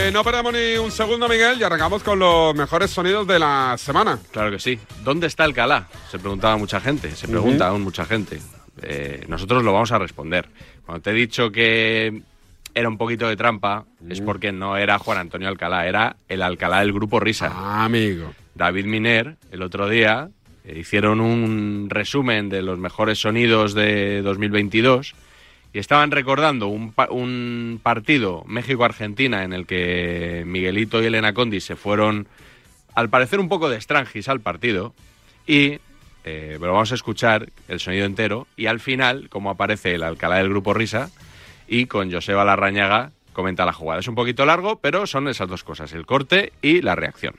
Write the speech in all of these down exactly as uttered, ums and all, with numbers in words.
Pues no perdamos ni un segundo, Miguel, y arrancamos con los mejores sonidos de la semana. Claro que sí. ¿Dónde está Alcalá? Se preguntaba mucha gente, se pregunta uh-huh. aún mucha gente. Eh, nosotros lo vamos a responder. Cuando te he dicho que era un poquito de trampa, uh-huh. es porque no era Juan Antonio Alcalá, era el Alcalá del Grupo Risa. Ah, amigo. David Miner, el otro día, eh, hicieron un resumen de los mejores sonidos de dos mil veintidós y estaban recordando un, pa- un partido México-Argentina en el que Miguelito y Elena Condis se fueron, al parecer, un poco de estrangis al partido y eh, pero vamos a escuchar el sonido entero y al final, como aparece el Alcalá del Grupo Risa y con Joseba Larrañaga comenta la jugada. Es un poquito largo, pero son esas dos cosas, el corte y la reacción.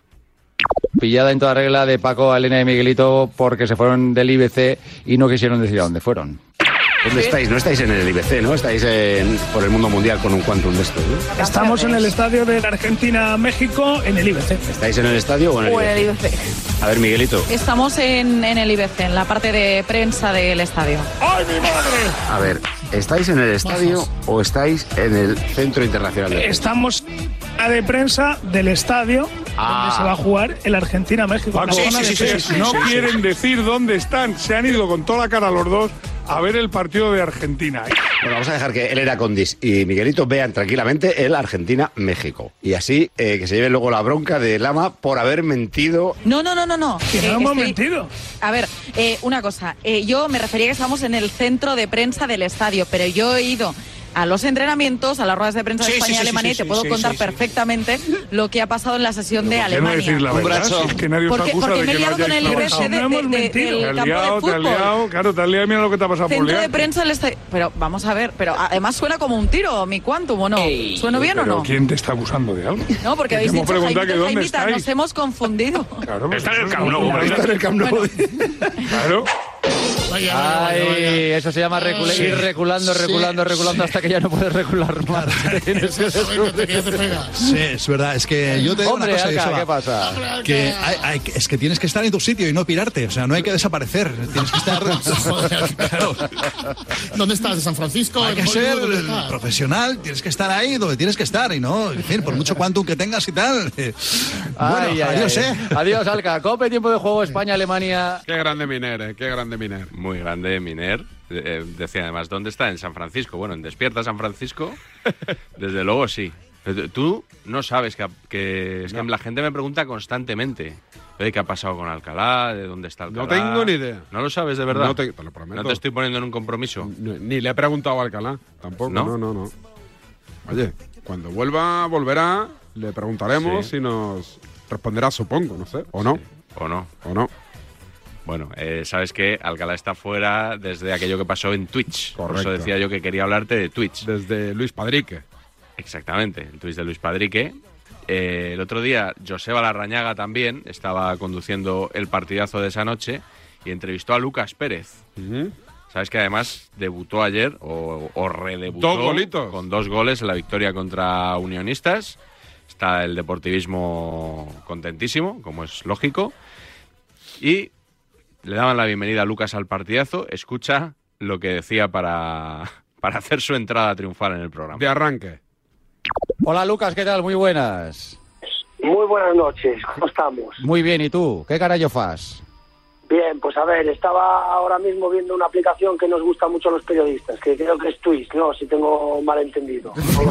Pillada en toda regla de Paco, Elena y Miguelito porque se fueron del I B C y no quisieron decir a dónde fueron. ¿Dónde estáis? No estáis en el I B C, ¿no? Estáis en, por el mundo mundial con un quantum de esto, ¿no? Estamos en el estadio de la Argentina-México en el I B C. ¿Estáis en el estadio o en el, o en el I B C? A ver, Miguelito. Estamos en, en el I B C, en la parte de prensa del estadio. ¡Ay, mi madre! A ver, ¿estáis en el estadio o estáis en el Centro Internacional de Estamos en la de prensa del estadio ah. donde se va a jugar el Argentina-México. Paco, sí, sí, sí, sí, no sí, sí, quieren sí. decir dónde están. Se han ido con toda la cara los dos a ver el partido de Argentina. Bueno, vamos a dejar que Elena Condis y Miguelito vean tranquilamente el Argentina-México. Y así eh, que se lleve luego la bronca de Lama por haber mentido. No, no, no, no, no. Que no eh, hemos estoy... mentido. A ver, eh, una cosa. Eh, yo me refería que estamos en el centro de prensa del estadio, pero yo he ido a los entrenamientos, a las ruedas de prensa de sí, España y sí, sí, Alemania, sí, y te sí, puedo sí, contar sí, sí. perfectamente lo que ha pasado en la sesión ¿Pero de por qué Alemania. No decir la verdad, si es que nadie os porque, acusa porque de me he que no liado con el I B C de, de, no de, del Te has campo liado, de te has fútbol. liado, claro, te has liado, mira lo que te ha pasado por Centro liar. de prensa del estadio. Pero vamos a ver, pero además suena como un tiro, mi quantum, ¿o no? Ey, ¿Sueno bien pero o no? ¿Quién te está acusando de algo? No, porque habéis dicho Jaimita, Jaimita, Jaimita, nos hemos confundido. Claro, está en el Camp Nou, está en el Camp Nou. Claro. Vaya, vaya, Ay, vaya. Eso se llama recula- sí. ir reculando, reculando, sí, reculando sí. hasta que ya no puedes recular más. Tienes que sí, es verdad. Es que yo te digo Hombre, una cosa. Alca, eso, ¿qué pasa? Que hay, hay, es que tienes que estar en tu sitio y no pirarte. O sea, no hay que desaparecer. Tienes que estar... claro. ¿Dónde estás? ¿De San Francisco? Hay que ser profesional. Tienes que estar ahí donde tienes que estar. Y no, en fin, por mucho quantum que tengas y tal. Eh, ay, bueno, ay, adiós, ay. ¿eh? Adiós, Alca. Cope, tiempo de juego, España-Alemania. Qué grande Miner, eh. Qué grande Miner. Muy grande Miner. Eh, decía además, ¿dónde está? En San Francisco. Bueno, en Despierta San Francisco, desde luego sí. Tú no sabes que, que es no. que la gente me pregunta constantemente, ¿qué ha pasado con Alcalá? ¿De dónde está Alcalá? No tengo ni idea. ¿No lo sabes de verdad? No te, te lo prometo. No te estoy poniendo en un compromiso. Ni, ni le he preguntado a Alcalá, tampoco. ¿No? No, no, no. Oye, cuando vuelva, volverá, le preguntaremos sí. y nos responderá, supongo, no sé. ¿O no? Sí. ¿O no? ¿O no? Bueno, eh, sabes que Alcalá está fuera desde aquello que pasó en Twitch. Correcto. Por eso decía yo que quería hablarte de Twitch. Desde Luis Padrique. Exactamente, el Twitch de Luis Padrique. Eh, el otro día, Joseba Larrañaga también estaba conduciendo el partidazo de esa noche y entrevistó a Lucas Pérez. Uh-huh. Sabes que además debutó ayer, o, o redebutó. Dos golitos. Con dos goles en la victoria contra Unionistas. Está el deportivismo contentísimo, como es lógico. Y le daban la bienvenida a Lucas al partidazo. Escucha lo que decía para, para hacer su entrada triunfal en el programa. De arranque. Hola, Lucas, ¿qué tal? Muy buenas. Muy buenas noches, ¿cómo estamos? Muy bien, ¿y tú? ¿Qué carallo fas? Bien, pues a ver, estaba ahora mismo viendo una aplicación que nos gusta mucho a los periodistas, que creo que es Twitch, ¿no? Si tengo malentendido.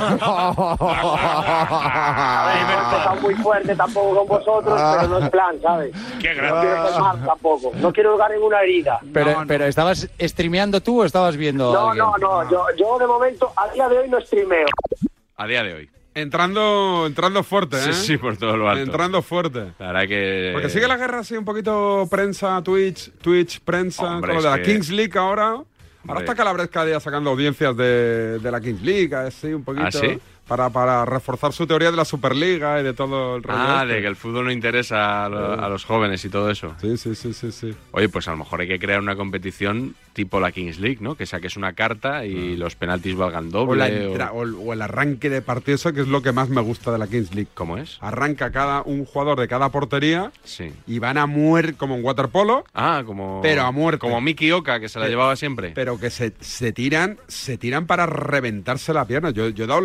A ver, no he empezado muy fuerte tampoco con vosotros, pero no es plan, ¿sabes? Qué no quiero ser mal tampoco, no quiero jugar ninguna herida. Pero, no, no. pero ¿estabas streameando tú o estabas viendo No, a alguien? no, no, yo, yo de momento, a día de hoy no streameo. A día de hoy. Entrando, entrando fuerte, ¿eh? Sí, sí, por todo lo alto. Entrando fuerte. La verdad que... Porque sigue la guerra así un poquito prensa, Twitch, Twitch, prensa, Hombre, con lo de la que... Kings League ahora. Ahora Hombre. está Calabres cada día sacando audiencias de, de la Kings League, así un poquito. ¿Ah, sí? Para, para reforzar su teoría de la Superliga y de todo el rollo. Ah, este. de que el fútbol no interesa a, lo, a los jóvenes y todo eso. Sí, sí, sí, sí, sí. Oye, pues a lo mejor hay que crear una competición tipo la Kings League, ¿no? Que saques una carta y ah. los penaltis valgan doble. O, la entra- o... o el arranque de partido, eso que es lo que más me gusta de la Kings League. ¿Cómo es? Arranca cada un jugador de cada portería sí. y van a muerte, como en waterpolo. Ah, como... Pero a muerte. Como Miki Oka, que se la pero, llevaba siempre. Pero que se, se tiran se tiran para reventarse la pierna. Yo, yo he dado la idea aquí,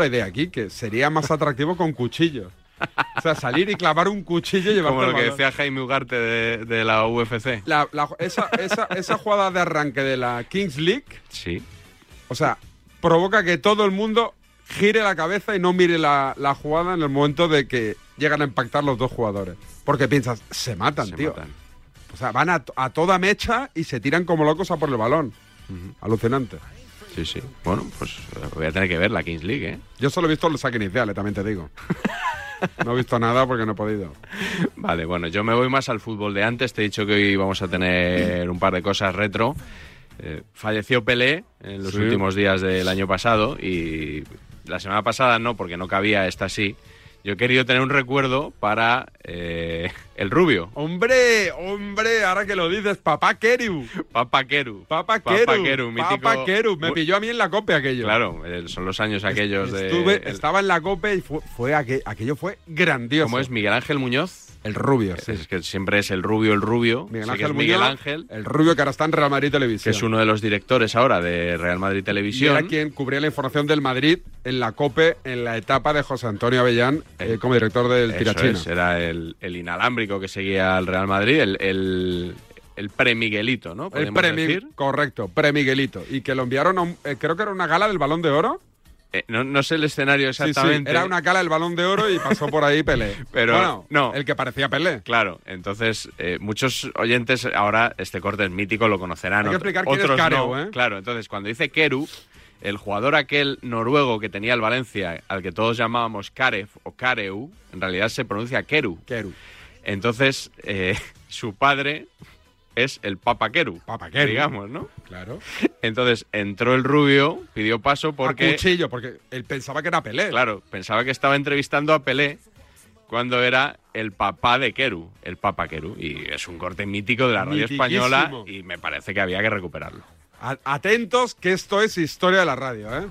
que sería más atractivo con cuchillo. O sea, salir y clavar un cuchillo y llevarte Como lo el que balón. decía Jaime Ugarte de, de la U F C. La, la, esa, esa, esa jugada de arranque de la Kings League, Sí. o sea, provoca que todo el mundo gire la cabeza y no mire la, la jugada en el momento de que llegan a impactar los dos jugadores. Porque piensas, se matan, Se tío. matan. O sea, van a, a toda mecha y se tiran como locos a por el balón. Ujú. Alucinante. Sí, sí. Bueno, pues eh, voy a tener que ver la Kings League, ¿eh? Yo solo he visto el saque inicial, eh, también te digo. No he visto nada porque no he podido. Vale, bueno, yo me voy más al fútbol de antes. Te he dicho que hoy vamos a tener un par de cosas retro. Eh, falleció Pelé en los Sí. últimos días del año pasado y la semana pasada no, porque no cabía, esta sí. Yo he querido tener un recuerdo para eh, el Rubio. ¡Hombre! ¡Hombre! Ahora que lo dices, Papá Keru. Papa Keru. Papá Keru. Papa Keru, mítico. Papá Keru. Me pilló a mí en la COPE aquello. Claro, eh, son los años aquellos de... Estuve, el- Estaba en la COPE y fue, fue aqu- aquello fue grandioso. ¿Cómo es? Miguel Ángel Muñoz. El Rubio, sí. Es que siempre es el Rubio, el Rubio. Miguel Sé que Ángel es Miguel Muñoz, Ángel, el Rubio que ahora está en Real Madrid que Televisión. es uno de los directores ahora de Real Madrid Y Televisión. era quien cubría la información del Madrid en la COPE en la etapa de José Antonio Avellán eh, como director del Eso Tirachina. es, era el, el inalámbrico que seguía al Real Madrid, el, el, el pre-Miguelito, ¿no? El Podemos pre decir. correcto, pre-Miguelito. Y que lo enviaron a un, eh, creo que era una gala del Balón de Oro. Eh, no, no sé el escenario Sí, sí, exactamente. era una gala del Balón de Oro y pasó por ahí Pelé. Pero bueno, no. el que parecía Pelé. Claro, entonces eh, muchos oyentes ahora este corte es mítico, lo conocerán. Hay que otro- explicar quién es otros Carew, no. ¿eh? Claro, entonces cuando dice Keru, el jugador aquel noruego que tenía el Valencia, al que todos llamábamos Karev o Kareu, en realidad se pronuncia Keru. Keru. Entonces, eh, su padre es el Papa Keru. Papa Keru. Digamos, ¿no? Claro. Entonces entró el Rubio, pidió paso porque... A cuchillo, porque él pensaba que era Pelé. Claro, pensaba que estaba entrevistando a Pelé cuando era el papá de Keru, el Papa Keru. Y es un corte mítico de la radio Mitiquísimo. española y me parece que había que recuperarlo. A- Atentos, que esto es historia de la radio, ¿eh?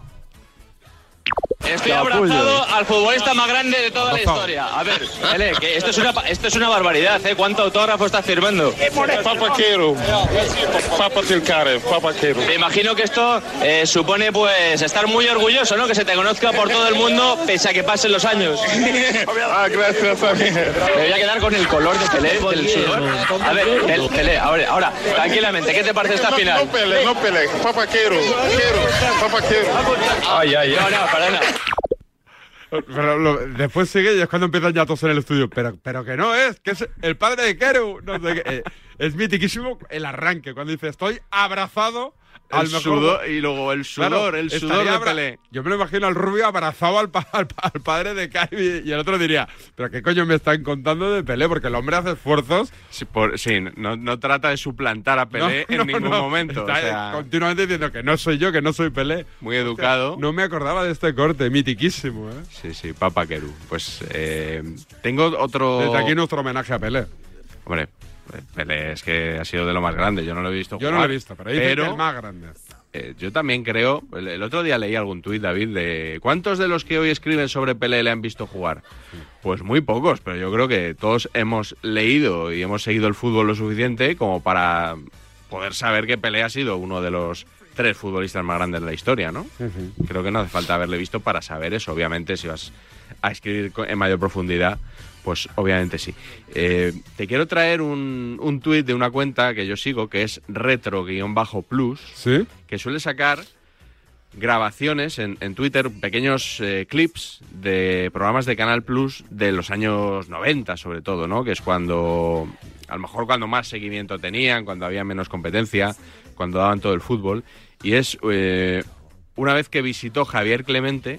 Estoy abrazado al futbolista más grande de toda la historia. A ver, Pelé, que esto es una, pa- esto es una barbaridad, ¿eh? ¿Cuánto autógrafo estás firmando? Papa Keru. Papa Tilcare, Papa Keru. Me imagino que esto eh, supone pues estar muy orgulloso, ¿no? Que se te conozca por todo el mundo pese a que pasen los años. Ah, gracias a mí. Me voy a quedar con el color de Pelé, del sudor. A ver, Pel- Pelé, ahora, ahora, tranquilamente, ¿qué te parece esta No, final? no Pelé, no Pelé. Papa Keru. Keru. Papa Keru. Ay, ay, ay. No, no, para nada. Pero lo- después sigue y es cuando empiezan ya a toser en el estudio. Pero, pero que no es, que es el padre de Keru. No sé qué. Eh, es mitiquísimo el arranque, cuando dice estoy abrazado al El mejor. sudor, y luego el sudor, Claro, el estaría sudor de abra- Pelé. Yo me lo imagino al Rubio abrazado al, pa- al, pa- al padre de Keru y, y el otro diría, pero qué coño me están contando de Pelé, porque el hombre hace esfuerzos. Sí, por- sí, no, no trata de suplantar a Pelé No, en no, ningún no. momento. Está o sea, continuamente diciendo que no soy yo, que no soy Pelé. muy educado. No me acordaba de este corte, mitiquísimo, ¿eh? Sí, sí, Papa Keru. Pues eh, tengo otro... Desde aquí nuestro homenaje a Pelé. Hombre, Pelé es que ha sido de lo más grande. Yo no lo he visto Yo jugar. no lo he visto, pero dicen que el más grande. eh, yo también creo... El, el otro día leí algún tuit, David, de... ¿Cuántos de los que hoy escriben sobre Pelé le han visto jugar? Pues muy pocos, pero yo creo que todos hemos leído y hemos seguido el fútbol lo suficiente como para poder saber que Pelé ha sido uno de los tres futbolistas más grandes de la historia, ¿no? Creo que no hace falta haberle visto para saber eso. Obviamente, si vas a escribir co- en mayor profundidad, pues obviamente sí. Eh, te quiero traer un, un tuit de una cuenta que yo sigo, que es retro-plus, ¿Sí? que suele sacar grabaciones en, en Twitter, pequeños eh, clips de programas de Canal Plus de los años noventa, sobre todo, ¿no? Que es cuando, a lo mejor cuando más seguimiento tenían, cuando había menos competencia, cuando daban todo el fútbol. Y es eh, una vez que visitó Javier Clemente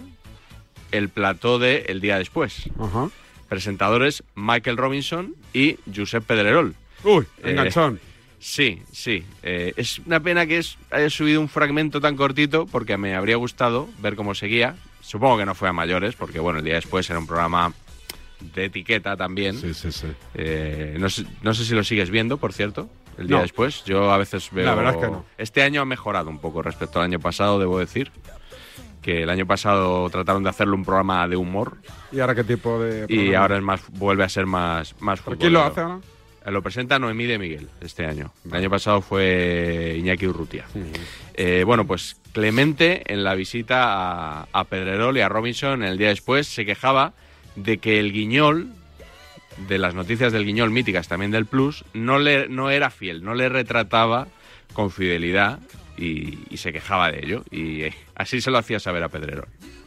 el plató de El Día Después. Ajá. Presentadores Michael Robinson y Josep Pedrerol. Uy, Eh, enganchón. Sí, sí. Eh, es una pena que es, haya subido un fragmento tan cortito porque me habría gustado ver cómo seguía. Supongo que no fue a mayores porque, bueno, El Día Después era un programa de etiqueta también. Sí, sí, sí. Eh, no, sé, no sé si lo sigues viendo, por cierto, El Día No. Después. Yo a veces veo... La verdad es que no. Este año ha mejorado un poco respecto al año pasado, debo decir. Que el año pasado trataron de hacerle un programa de humor ¿Y ahora qué tipo de y programa? ahora es más vuelve a ser más, más ¿Pero quién lo futbolero. hace ahora? Lo presenta Noemí de Miguel este año. El año pasado fue Iñaki Urrutia. Uh-huh. Eh, bueno, pues Clemente, en la visita a, a Pedrerol y a Robinson el día después, se quejaba de que el Guiñol, de las noticias del Guiñol míticas también del Plus, no, le, no era fiel, no le retrataba con fidelidad y, y se quejaba de ello. Y eh, así se lo hacía saber a Pedrerol.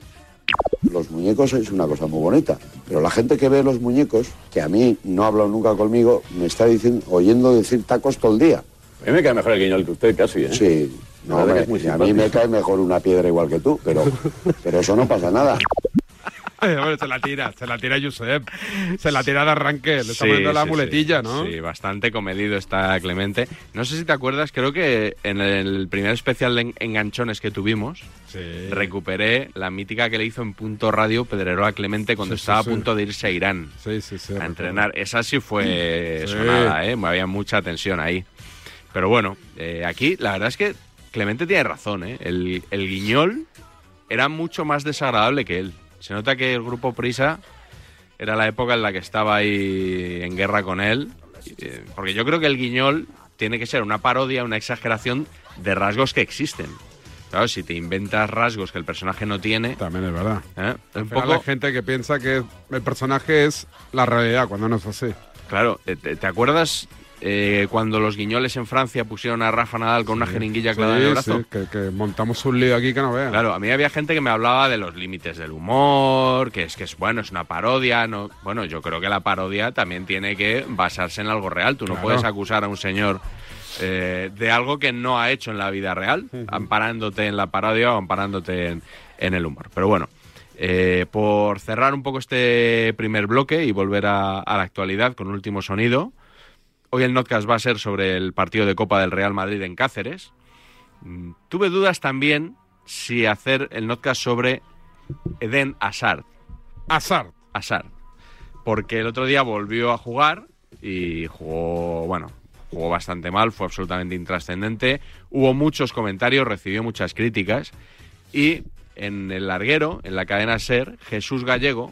Los muñecos es una cosa muy bonita, pero la gente que ve los muñecos, que a mí no ha hablado nunca conmigo, me está diciendo, oyendo decir tacos todo el día. A mí me cae mejor el Guiñol que usted casi, ¿eh? Sí, no, hombre, es muy a mí me cae mejor una piedra igual que tú, pero, pero eso no pasa nada. Bueno, se la tira, se la tira Josep, se la tira de arranque, le está sí, poniendo la sí, muletilla, sí, ¿no? Sí, bastante comedido está Clemente. No sé si te acuerdas, creo que en el primer especial de enganchones que tuvimos, sí. recuperé la mítica que le hizo en Punto Radio Pedrerol a Clemente cuando sí, estaba sí, a punto de irse a Irán sí, sí, sí, a entrenar. Esa sí fue sí. sonada, ¿eh? Había mucha tensión ahí. Pero bueno, eh, aquí la verdad es que Clemente tiene razón, ¿eh? El, el Guiñol era mucho más desagradable que él. Se nota que el grupo Prisa era la época en la que estaba ahí en guerra con él, porque yo creo que el Guiñol tiene que ser una parodia, una exageración de rasgos que existen. Claro, si te inventas rasgos que el personaje no tiene... También es verdad. ¿eh? Un poco... Hay gente que piensa que el personaje es la realidad, cuando no es así. Claro, ¿te, te acuerdas... Eh, cuando los Guiñoles en Francia pusieron a Rafa Nadal con sí, una jeringuilla clavada sí, en el brazo. Sí, que, que montamos un lío aquí que no vean. Claro, a mí había gente que me hablaba de los límites del humor, que es que es bueno, es una parodia. No, bueno, yo creo que la parodia también tiene que basarse en algo real. Tú no claro. puedes acusar a un señor eh, de algo que no ha hecho en la vida real, uh-huh. amparándote en la parodia o amparándote en, en el humor. Pero bueno, eh, por cerrar un poco este primer bloque y volver a, a la actualidad con un último sonido. Hoy el Notcast va a ser sobre el partido de Copa del Real Madrid en Cáceres. Tuve dudas también si hacer el Notcast sobre Eden Hazard. Hazard. Hazard. Porque el otro día volvió a jugar y jugó, bueno, jugó bastante mal, fue absolutamente intrascendente. Hubo muchos comentarios, recibió muchas críticas. Y en el larguero, en la cadena SER, Jesús Gallego...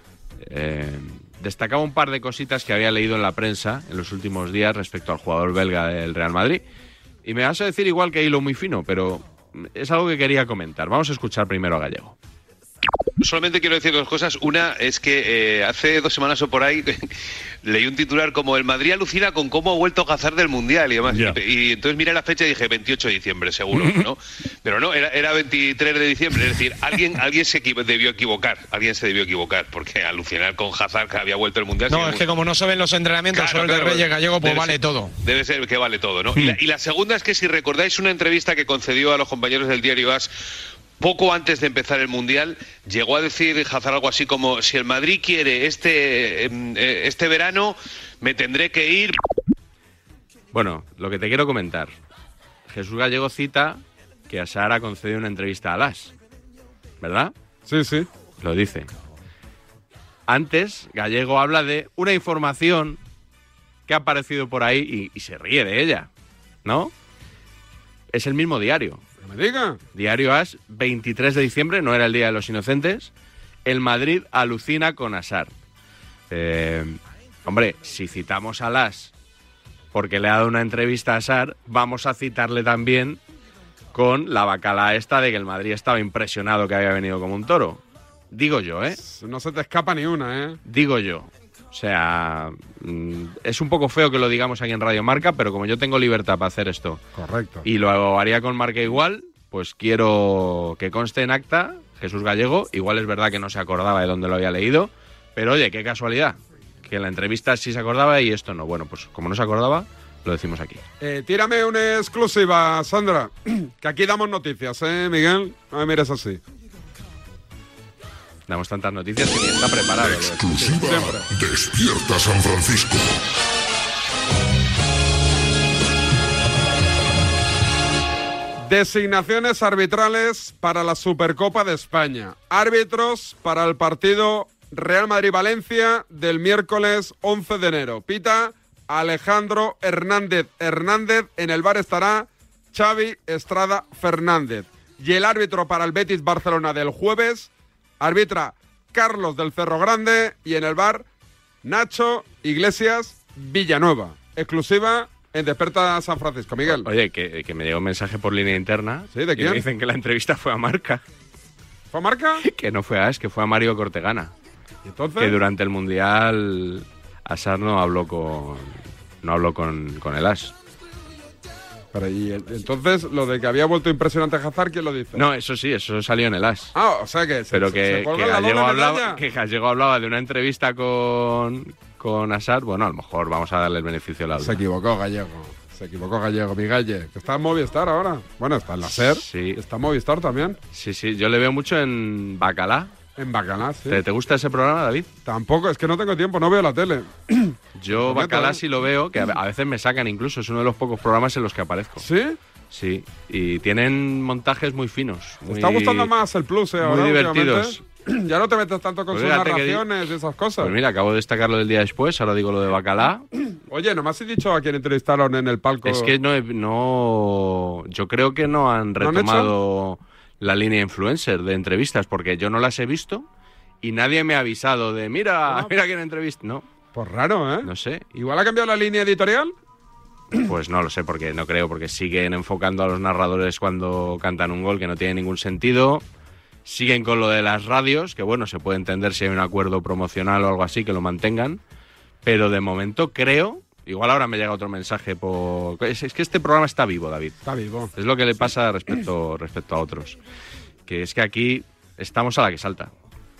Eh, destacaba un par de cositas que había leído en la prensa en los últimos días respecto al jugador belga del Real Madrid. Y me vas a decir igual que hilo muy fino, pero es algo que quería comentar. Vamos a escuchar primero a Gallego. Solamente quiero decir dos cosas. Una es que eh, hace dos semanas o por ahí leí un titular como el Madrid alucina con cómo ha vuelto Hazard del Mundial y demás. Yeah. Y, y entonces miré la fecha y dije veintiocho de diciembre, seguro, ¿no? Pero no, era, era veintitrés de diciembre. Es decir, alguien alguien se equi- debió equivocar. Alguien se debió equivocar, porque alucinar con Hazard que había vuelto el Mundial... No, es que como no se ven los entrenamientos, claro, solo el claro, de Reyes Gallego, pues vale ser, todo. Debe ser que vale todo, ¿no? Y la, y la segunda es que si recordáis una entrevista que concedió a los compañeros del diario As poco antes de empezar el Mundial, llegó a decir Hazard algo así como: si el Madrid quiere este, eh, este verano, me tendré que ir. Bueno, lo que te quiero comentar. Jesús Gallego cita que Hazard ha concedido una entrevista a Las, ¿verdad? Sí, sí. Lo dice. Antes, Gallego habla de una información que ha aparecido por ahí y, y se ríe de ella, ¿no? Es el mismo diario. Me diga. Diario As, veintitrés de diciembre, no era el Día de los Inocentes. El Madrid alucina con Hazard. Eh, hombre, si citamos a Las porque le ha dado una entrevista a Hazard, vamos a citarle también con la bacala esta de que el Madrid estaba impresionado que había venido como un toro. Digo yo, ¿eh? No se te escapa ni una, ¿eh? Digo yo. O sea, es un poco feo que lo digamos aquí en Radio Marca, pero como yo tengo libertad para hacer esto, correcto, y lo haría con Marca igual, pues quiero que conste en acta, Jesús Gallego, igual es verdad que no se acordaba de dónde lo había leído, pero oye, qué casualidad, que en la entrevista sí se acordaba y esto no. Bueno, pues como no se acordaba, lo decimos aquí. Eh, tírame una exclusiva, Sandra, que aquí damos noticias, ¿eh, Miguel? No me mires así. Damos tantas noticias que ni está preparado. Exclusiva. Despierta San Francisco. Designaciones arbitrales para la Supercopa de España. Árbitros para el partido Real Madrid-Valencia del miércoles once de enero. Pita Alejandro Hernández Hernández. En el bar estará Xavi Estrada Fernández. Y el árbitro para el Betis-Barcelona del jueves... arbitra Carlos del Cerro Grande y en el bar Nacho Iglesias Villanueva. Exclusiva en Desperta San Francisco. Miguel. Oye, que, que me llegó un mensaje por línea interna. ¿Sí? ¿De quién? Y me dicen que la entrevista fue a Marca. ¿Fue a Marca? Que no fue a AS, que fue a Mario Cortegana. ¿Y entonces? Que durante el Mundial Hazard no habló con no habló con, con el AS. Pero y el, entonces, lo de que había vuelto impresionante Hazard, ¿quién lo dice? No, eso sí, eso salió en el AS. Ah, o sea que... Pero se, que, se que, Gallego hablaba, que Gallego hablaba de una entrevista con, con Hazard. Bueno, a lo mejor vamos a darle el beneficio de la duda. Se equivocó Gallego. Se equivocó Gallego, mi galle. Que está en Movistar ahora. Bueno, está en la SER. Sí. Está en Movistar también. Sí, sí. Yo le veo mucho en Bacalá. En Bacalá, sí. ¿Te, ¿Te gusta ese programa, David? Tampoco, es que no tengo tiempo, no veo la tele. Yo Bacalá sí lo veo, que a, a veces me sacan incluso. Es uno de los pocos programas en los que aparezco. ¿Sí? Sí. Y tienen montajes muy finos. Me está gustando más el Plus, ¿eh? Ahora, muy divertidos. Ya no te metes tanto con Pues sus fíjate que narraciones y esas cosas. Pues mira, acabo de destacarlo del día después, ahora digo lo de Bacalá. Oye, nomás he dicho a quien entrevistaron en el palco. Es que no, he- no yo creo que no han ¿No han retomado la línea influencer de entrevistas, porque yo no las he visto y nadie me ha avisado de, mira, mira quién entrevista. No, Pues raro, ¿eh? no sé. Igual ha cambiado la línea editorial. Pues no lo sé, porque no creo, porque siguen enfocando a los narradores cuando cantan un gol que no tiene ningún sentido. Siguen con lo de las radios, que bueno, se puede entender si hay un acuerdo promocional o algo así, que lo mantengan. Pero de momento creo, igual ahora me llega otro mensaje por... Es, es que este programa está vivo, David. Está vivo. Es lo que le pasa respecto, respecto a otros. Que es que aquí estamos a la que salta.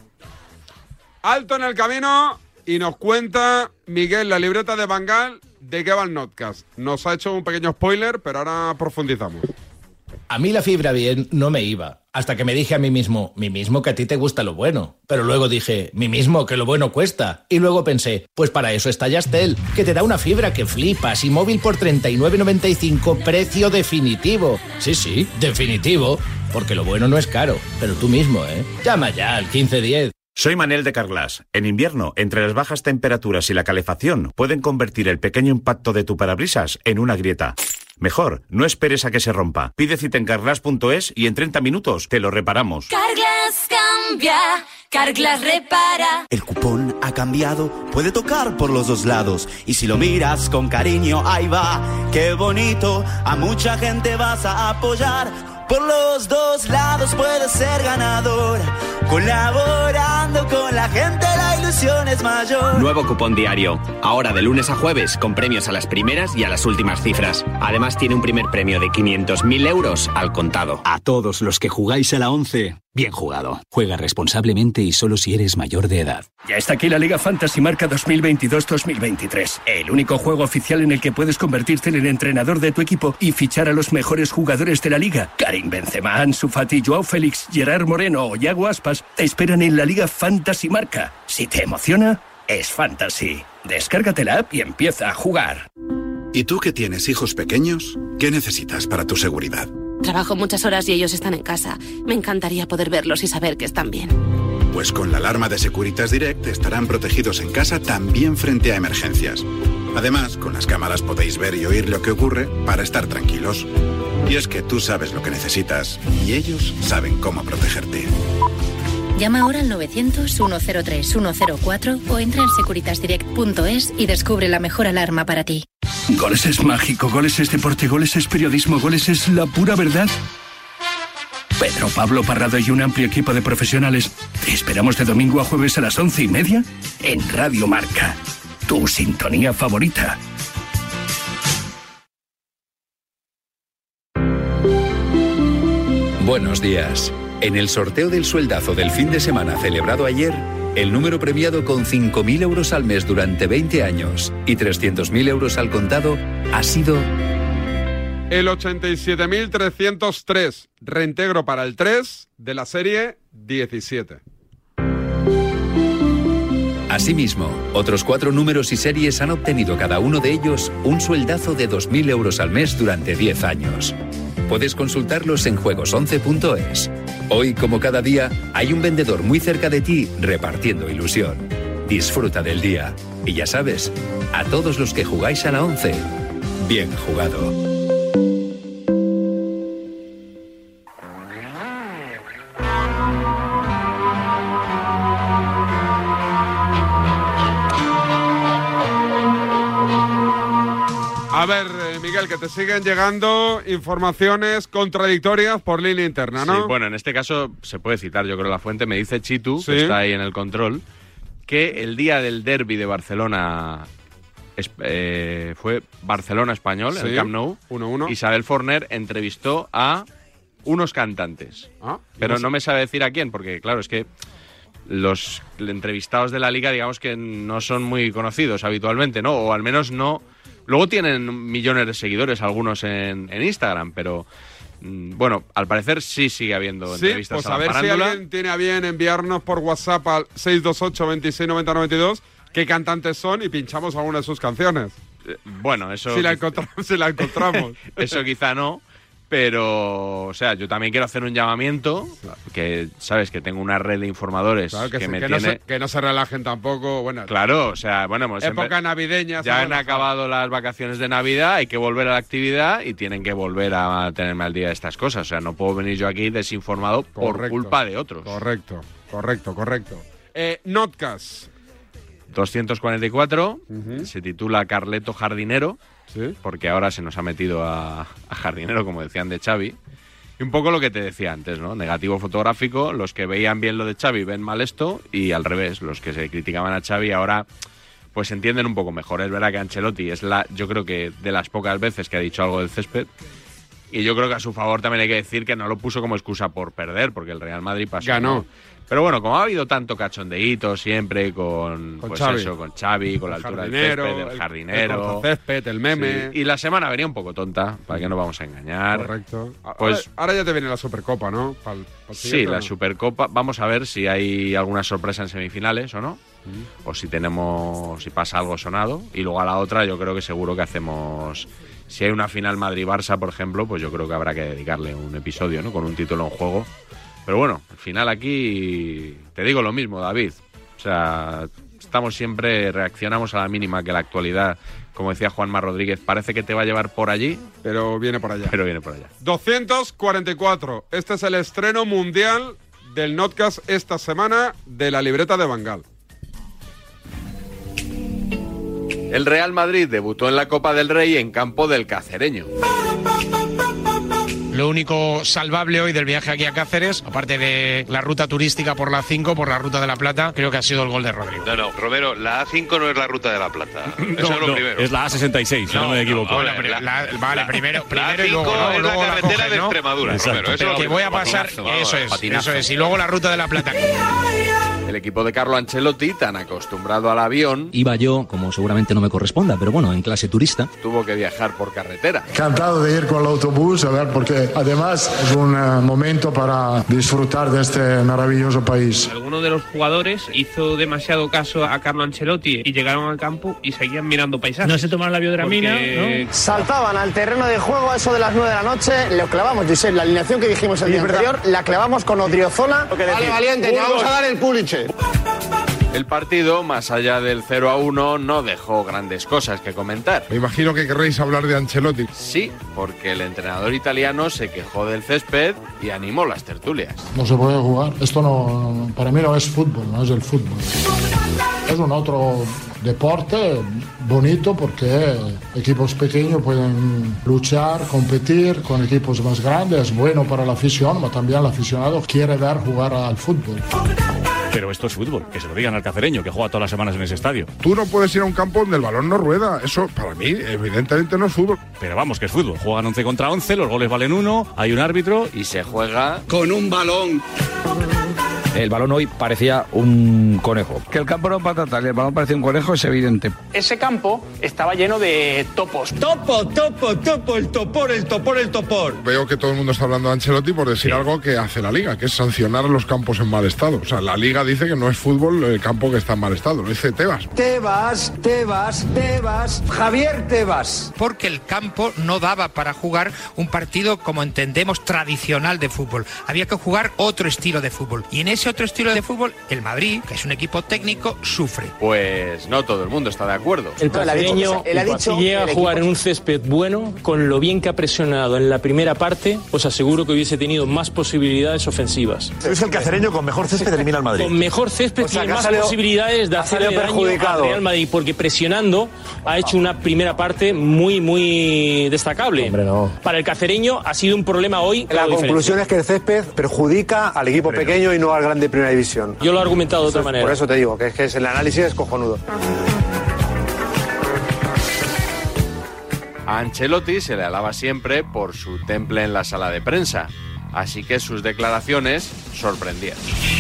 Alto en el camino y nos cuenta Miguel la libreta de Bangal de qué va el Notcast. Nos ha hecho un pequeño spoiler, pero ahora profundizamos. A mí la fibra bien no me iba, hasta que me dije a mí mismo, mí mismo que a ti te gusta lo bueno. Pero luego dije, mí mismo que lo bueno cuesta. Y luego pensé, pues para eso está Yastel, que te da una fibra que flipas y móvil por treinta y nueve noventa y cinco, precio definitivo. Sí, sí, definitivo, porque lo bueno no es caro, pero tú mismo, ¿eh? Llama ya al quince diez. Soy Manel de Carglass. En invierno, entre las bajas temperaturas y la calefacción, pueden convertir el pequeño impacto de tu parabrisas en una grieta. Mejor, no esperes a que se rompa. Pide cita en carglass punto es y en treinta minutos te lo reparamos. Carglass cambia, Carglass repara. El cupón ha cambiado, puede tocar por los dos lados. Y si lo miras con cariño, ahí va, qué bonito. A mucha gente vas a apoyar. Por los dos lados puedes ser ganador. Colaborando con la gente, la ilusión es mayor. Nuevo cupón diario. Ahora de lunes a jueves, con premios a las primeras y a las últimas cifras. Además tiene un primer premio de quinientos mil euros al contado. A todos los que jugáis a la once, bien jugado. Juega responsablemente y solo si eres mayor de edad. Ya está aquí la Liga Fantasy Marca dos mil veintidós dos mil veintitrés. El único juego oficial en el que puedes convertirte en el entrenador de tu equipo y fichar a los mejores jugadores de la liga. Karim Benzema, Ansu Fati, Joao Félix, Gerard Moreno o Yago Aspas te esperan en la Liga Fantasy Marca. Si te emociona, es Fantasy. Descárgate la app y empieza a jugar. ¿Y tú que tienes hijos pequeños? ¿Qué necesitas para tu seguridad? Trabajo muchas horas y ellos están en casa. Me encantaría poder verlos y saber que están bien. Pues con la alarma de Securitas Direct estarán protegidos en casa también frente a emergencias. Además, con las cámaras podéis ver y oír lo que ocurre para estar tranquilos. Y es que tú sabes lo que necesitas y ellos saben cómo protegerte. Llama ahora al novecientos, uno cero tres, uno cero cuatro o entra en securitas direct punto es y descubre la mejor alarma para ti. Goles es mágico, Goles es deporte, Goles es periodismo, Goles es la pura verdad. Pedro, Pablo, Parrado y un amplio equipo de profesionales. Te esperamos de domingo a jueves a las once y media en Radio Marca. Tu sintonía favorita. Buenos días. En el sorteo del sueldazo del fin de semana celebrado ayer, el número premiado con cinco mil euros al mes durante veinte años y trescientos mil euros al contado ha sido... El ochenta y siete mil trescientos tres, reintegro para el tres de la serie diecisiete. Asimismo, otros cuatro números y series han obtenido cada uno de ellos un sueldazo de dos mil euros al mes durante diez años. Puedes consultarlos en juegos once punto es. Hoy, como cada día, hay un vendedor muy cerca de ti repartiendo ilusión. Disfruta del día. Y ya sabes, a todos los que jugáis a la once, bien jugado. A ver, eh, Miguel, que te siguen llegando informaciones contradictorias por línea interna, ¿no? Sí, bueno, en este caso se puede citar, yo creo, la fuente. Me dice Chitu, Sí. que está ahí en el control, que el día del derbi de Barcelona es- eh, fue Barcelona-Español, en Sí, el Camp Nou. uno uno. Isabel Forner entrevistó a unos cantantes. Ah, pero no sé. no me sabe decir a quién, porque claro, es que los entrevistados de la liga, digamos que no son muy conocidos habitualmente, ¿no? O al menos no... Luego tienen millones de seguidores, algunos en, en Instagram, pero... mm, Bueno, al parecer sí sigue habiendo Sí, entrevistas pues a a la ver si farándula. alguien tiene a bien enviarnos por WhatsApp al seis dos ocho, veintiséis noventa, noventa y dos qué cantantes son y pinchamos alguna de sus canciones. Eh, Bueno, eso... Si la encontramos, si la encontramos. Eso quizá no, pero, o sea, yo también quiero hacer un llamamiento, que, ¿sabes? Que tengo una red de informadores Claro, que, que se- me que tiene... no se, que no se relajen tampoco. Bueno, Claro, o sea, bueno, hemos época navideña. ya se han relajan. acabado las vacaciones de Navidad, hay que volver a la actividad y tienen que volver a tenerme al día de estas cosas. O sea, no puedo venir yo aquí desinformado por Correcto. culpa de otros. Correcto, correcto, correcto. Eh, Notcast. doscientos cuarenta y cuatro, Ujú. se titula Carleto Jardinero, Sí. porque ahora se nos ha metido a, a jardinero, como decían de Xavi. Y un poco lo que te decía antes, ¿no? Negativo fotográfico, los que veían bien lo de Xavi ven mal esto, y al revés, los que se criticaban a Xavi ahora pues entienden un poco mejor. Es verdad que Ancelotti es la, yo creo que de las pocas veces que ha dicho algo del césped, y yo creo que a su favor también hay que decir que no lo puso como excusa por perder, porque el Real Madrid pasó. Ganó. ¿no? Pero bueno, como ha habido tanto cachondeíto siempre con, Con pues Xavi. eso, con Xavi, con la El altura del jardinero, césped, el- el jardinero. el cortacésped, el meme. Sí, y la semana venía un poco tonta, para que no vamos a engañar. Correcto. A- Pues ahora, ahora ya te viene la Supercopa, ¿no? Pa'l- pa'l sí, siguiente, la ¿no? Supercopa. Vamos a ver si hay alguna sorpresa en semifinales o no. Mm. O si tenemos, si pasa algo sonado. Y luego a la otra yo creo que seguro que hacemos... Si hay una final Madrid-Barça, por ejemplo, pues yo creo que habrá que dedicarle un episodio, ¿no? Con un título en juego. Pero bueno, al final aquí te digo lo mismo, David. O sea, estamos siempre, reaccionamos a la mínima, que la actualidad, como decía Juanma Rodríguez, parece que te va a llevar por allí. Pero viene por allá. Pero viene por allá. doscientos cuarenta y cuatro. Este es el estreno mundial del Notcast esta semana de la libreta de Bangal. El Real Madrid debutó en la Copa del Rey en campo del Cacereño. Lo único salvable hoy del viaje aquí a Cáceres, aparte de la ruta turística por la cinco, por la Ruta de la Plata, creo que ha sido el gol de Rodrigo. No, no, Romero, la A cinco no es la Ruta de la Plata. Eso No, es lo no, primero. es la A sesenta y seis, si no, me equivoco. ahora, Vale, la- la- vale, primero, la primero y luego, A cinco ¿no? es Luego la la carretera coges, de ¿no? Extremadura, Exacto. Romero. Eso Pero es que lo voy a primero. pasar, Patinazo, eso es, patinazo. eso es, y luego la Ruta de la Plata. El equipo de Carlo Ancelotti, tan acostumbrado al avión, Iba yo, como seguramente no me corresponda, pero bueno, en clase turista. tuvo que viajar por carretera. Encantado de ir con el autobús, a ver, porque además es un eh, momento para disfrutar de este maravilloso país. Alguno de los jugadores hizo demasiado caso a Carlo Ancelotti y llegaron al campo y seguían mirando paisajes. No se tomaron la biodramina, Porque- ¿no? Saltaban al terreno de juego a eso de las nueve de la noche, lo clavamos, Josep, la alineación que dijimos el día anterior, la clavamos con Odriozola. Vale, valiente, te vamos a dar el Puliche. El partido, más allá del cero a uno, no dejó grandes cosas que comentar. Me imagino que querréis hablar de Ancelotti. Sí, porque el entrenador italiano se quejó del césped y animó las tertulias. No se puede jugar. Esto no, no- para mí no es fútbol, no es el fútbol. Es un otro deporte bonito porque equipos pequeños pueden luchar, competir con equipos más grandes. Es bueno para la afición, pero también el aficionado quiere ver jugar al fútbol. Pero esto es fútbol, que se lo digan al cacereño, que juega todas las semanas en ese estadio. Tú no puedes ir a un campo donde el balón no rueda. Eso, para mí, evidentemente no es fútbol. Pero vamos, que es fútbol. Juegan once contra once, los goles valen uno, hay un árbitro. Y se juega con un balón. El balón hoy parecía un conejo. Que el campo era un patata y el balón parecía un conejo es evidente. Ese campo estaba lleno de topos. Topo, topo, topo, el topor, el topor, el topor. Veo que todo el mundo está hablando de Ancelotti por decir algo que hace la Liga, que es sancionar los campos en mal estado. O sea, la Liga dice que no es fútbol el campo que está en mal estado. Lo dice Tebas. Tebas, Tebas, Tebas, Javier Tebas. Porque el campo no daba para jugar un partido como entendemos tradicional de fútbol. Había que jugar otro estilo de fútbol. Y en ese ese otro estilo de fútbol, el Madrid, que es un equipo técnico, sufre. Pues no todo el mundo está de acuerdo. El cacereño, si llega a jugar en un césped bueno, con lo bien que ha presionado en la primera parte, os aseguro que hubiese tenido más posibilidades ofensivas. Es que el cacereño con mejor césped elimina al Madrid. Con mejor césped O sea, tiene que ha más salido- posibilidades de ha hacerle salido daño perjudicado. al Real Madrid, porque presionando ha hecho una primera parte muy, muy destacable. Hombre, no. Para el cacereño ha sido un problema hoy. La conclusión es que el césped perjudica al equipo pequeño y no al grande de primera división. Yo lo he argumentado de otra manera. Por eso te digo, que es que es- el análisis es cojonudo. A Ancelotti se le alaba siempre por su temple en la sala de prensa, así que sus declaraciones sorprendían.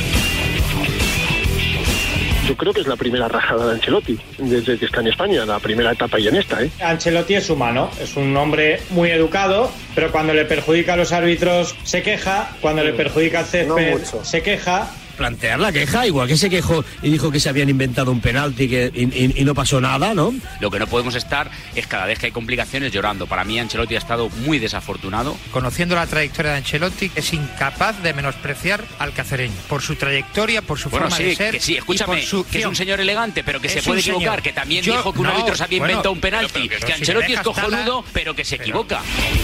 Yo creo que es la primera rajada de Ancelotti desde que está en España, la primera etapa y en esta, ¿eh? Ancelotti es humano, es un hombre muy educado, pero cuando le perjudica a los árbitros se queja, cuando le perjudica al césped se queja. Plantear la queja, igual que se quejó y dijo que se habían inventado un penalti que, y, y- y no pasó nada, ¿no? Lo que no podemos estar es cada vez que hay complicaciones llorando. Para mí Ancelotti ha estado muy desafortunado. Conociendo la trayectoria de Ancelotti, es incapaz de menospreciar al cacereño. Por su trayectoria, por su Bueno, forma sí, de ser. que sí, y escúchame, por su que es un señor elegante, pero que se Es puede un señor. equivocar, que también Yo- dijo que un no, árbitro se había bueno, inventado un penalti, pero- pero que si me Ancelotti es dejas cojonudo, hablar, pero que se equivoca.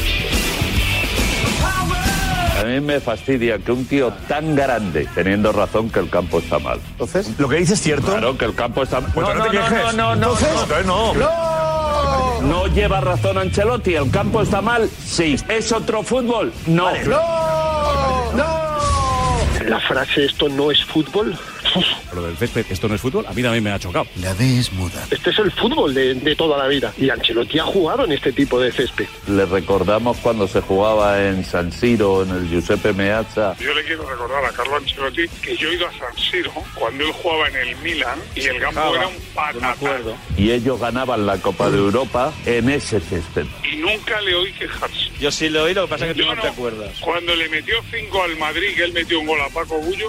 A mí me fastidia que un tío tan grande, teniendo razón que el campo está mal. Entonces, lo que dices es cierto. Claro, que el campo está mal. Pues no te quejes. no, no, no, Entonces, no, entonces no. no. No lleva razón Ancelotti, el campo está mal, sí. ¿Es otro fútbol? No. ¡No! ¡No! La frase "esto no es fútbol". Lo del césped, esto no es fútbol, a mí también me ha chocado. La D es muda. Este es el fútbol de, de toda la vida. Y Ancelotti ha jugado en este tipo de césped. Le recordamos cuando se jugaba en San Siro, en el Giuseppe Meazza. Yo le quiero recordar a Carlo Ancelotti que yo he ido a San Siro cuando él jugaba en el Milan y el campo era un patata. Y ellos ganaban la Copa de Europa en ese césped. Y nunca le oí quejarse. Yo sí lo oí, lo que pasa es que tú Yo no te no. acuerdas. Cuando le metió cinco al Madrid, que él metió un gol a Paco Bullo,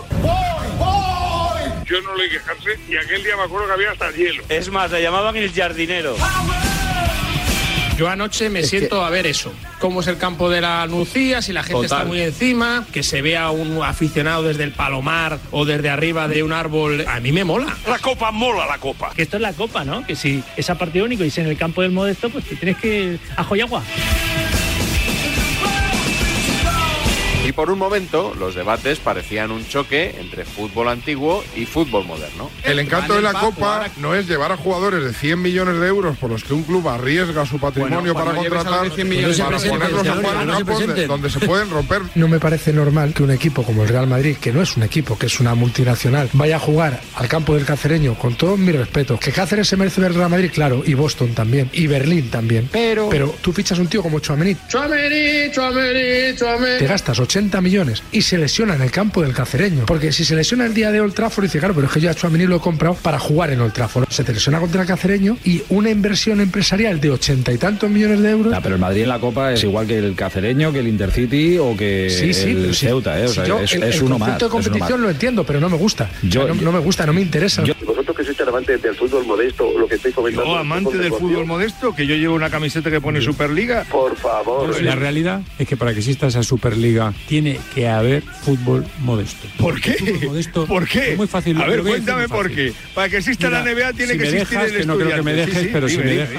yo no le oí quejarse y aquel día me acuerdo que había hasta hielo. Es más, le llamaban el jardinero. Yo anoche me siento a ver eso. Cómo es el campo de la Nucía, si la gente Total. está muy encima, que se vea un aficionado desde el palomar o desde arriba de un árbol. A mí me mola. La copa mola, la copa. Que esto es la copa, ¿no? Que si es a partido único y es en el campo del Modesto, pues te tienes que ajo y agua. Y por un momento, los debates parecían un choque entre fútbol antiguo y fútbol moderno. El encanto de la Copa no es llevar a jugadores de cien millones de euros por los que un club arriesga su patrimonio Bueno, para cuando lleves a los contratar, de cien millones para no se ponerlos a presenten, jugar en no se campos de- presenten. donde se pueden romper. No me parece normal que un equipo como el Real Madrid, que no es un equipo, que es una multinacional, vaya a jugar al campo del Cacereño, con todo mi respeto. Que Cáceres se merece ver el Real Madrid, claro, y Boston también, y Berlín también. Pero, pero tú fichas un tío como Tchouaméni, Tchouaméni, Tchouaméni, Tchouaméni. te gastas ochenta millones y se lesiona en el campo del Cacereño. Porque si se lesiona el día de Old Trafford, dice, claro, pero es que yo a Tchouaméni lo he comprado para jugar en Old Trafford. Se te lesiona contra el Cacereño y una inversión empresarial de ochenta y tantos millones de euros. Ah, pero el Madrid en la Copa es igual que el Cacereño, que el Intercity o que Sí, sí, el pero sí. Ceuta, ¿eh? O Si sea, yo es, el, es el uno más. concepto de es uno competición más. lo entiendo, pero no me gusta. Yo- O sea, no, no me gusta, no me interesa. Vosotros que sois amantes del fútbol modesto, lo que estáis comentando. Yo, amante del fútbol modesto, que yo llevo una camiseta que pone Superliga. Por favor. La realidad es que para que exista esa Superliga tiene que haber fútbol modesto. ¿Por qué? Modesto, ¿Por qué? es muy fácil. A lo ver, voy decir cuéntame muy por fácil. qué. Para que exista Mira, la N B A tiene si que me existir dejas, el que no creo que me estudiante. dejes, Sí, sí, pero si dime, me dime. dejas.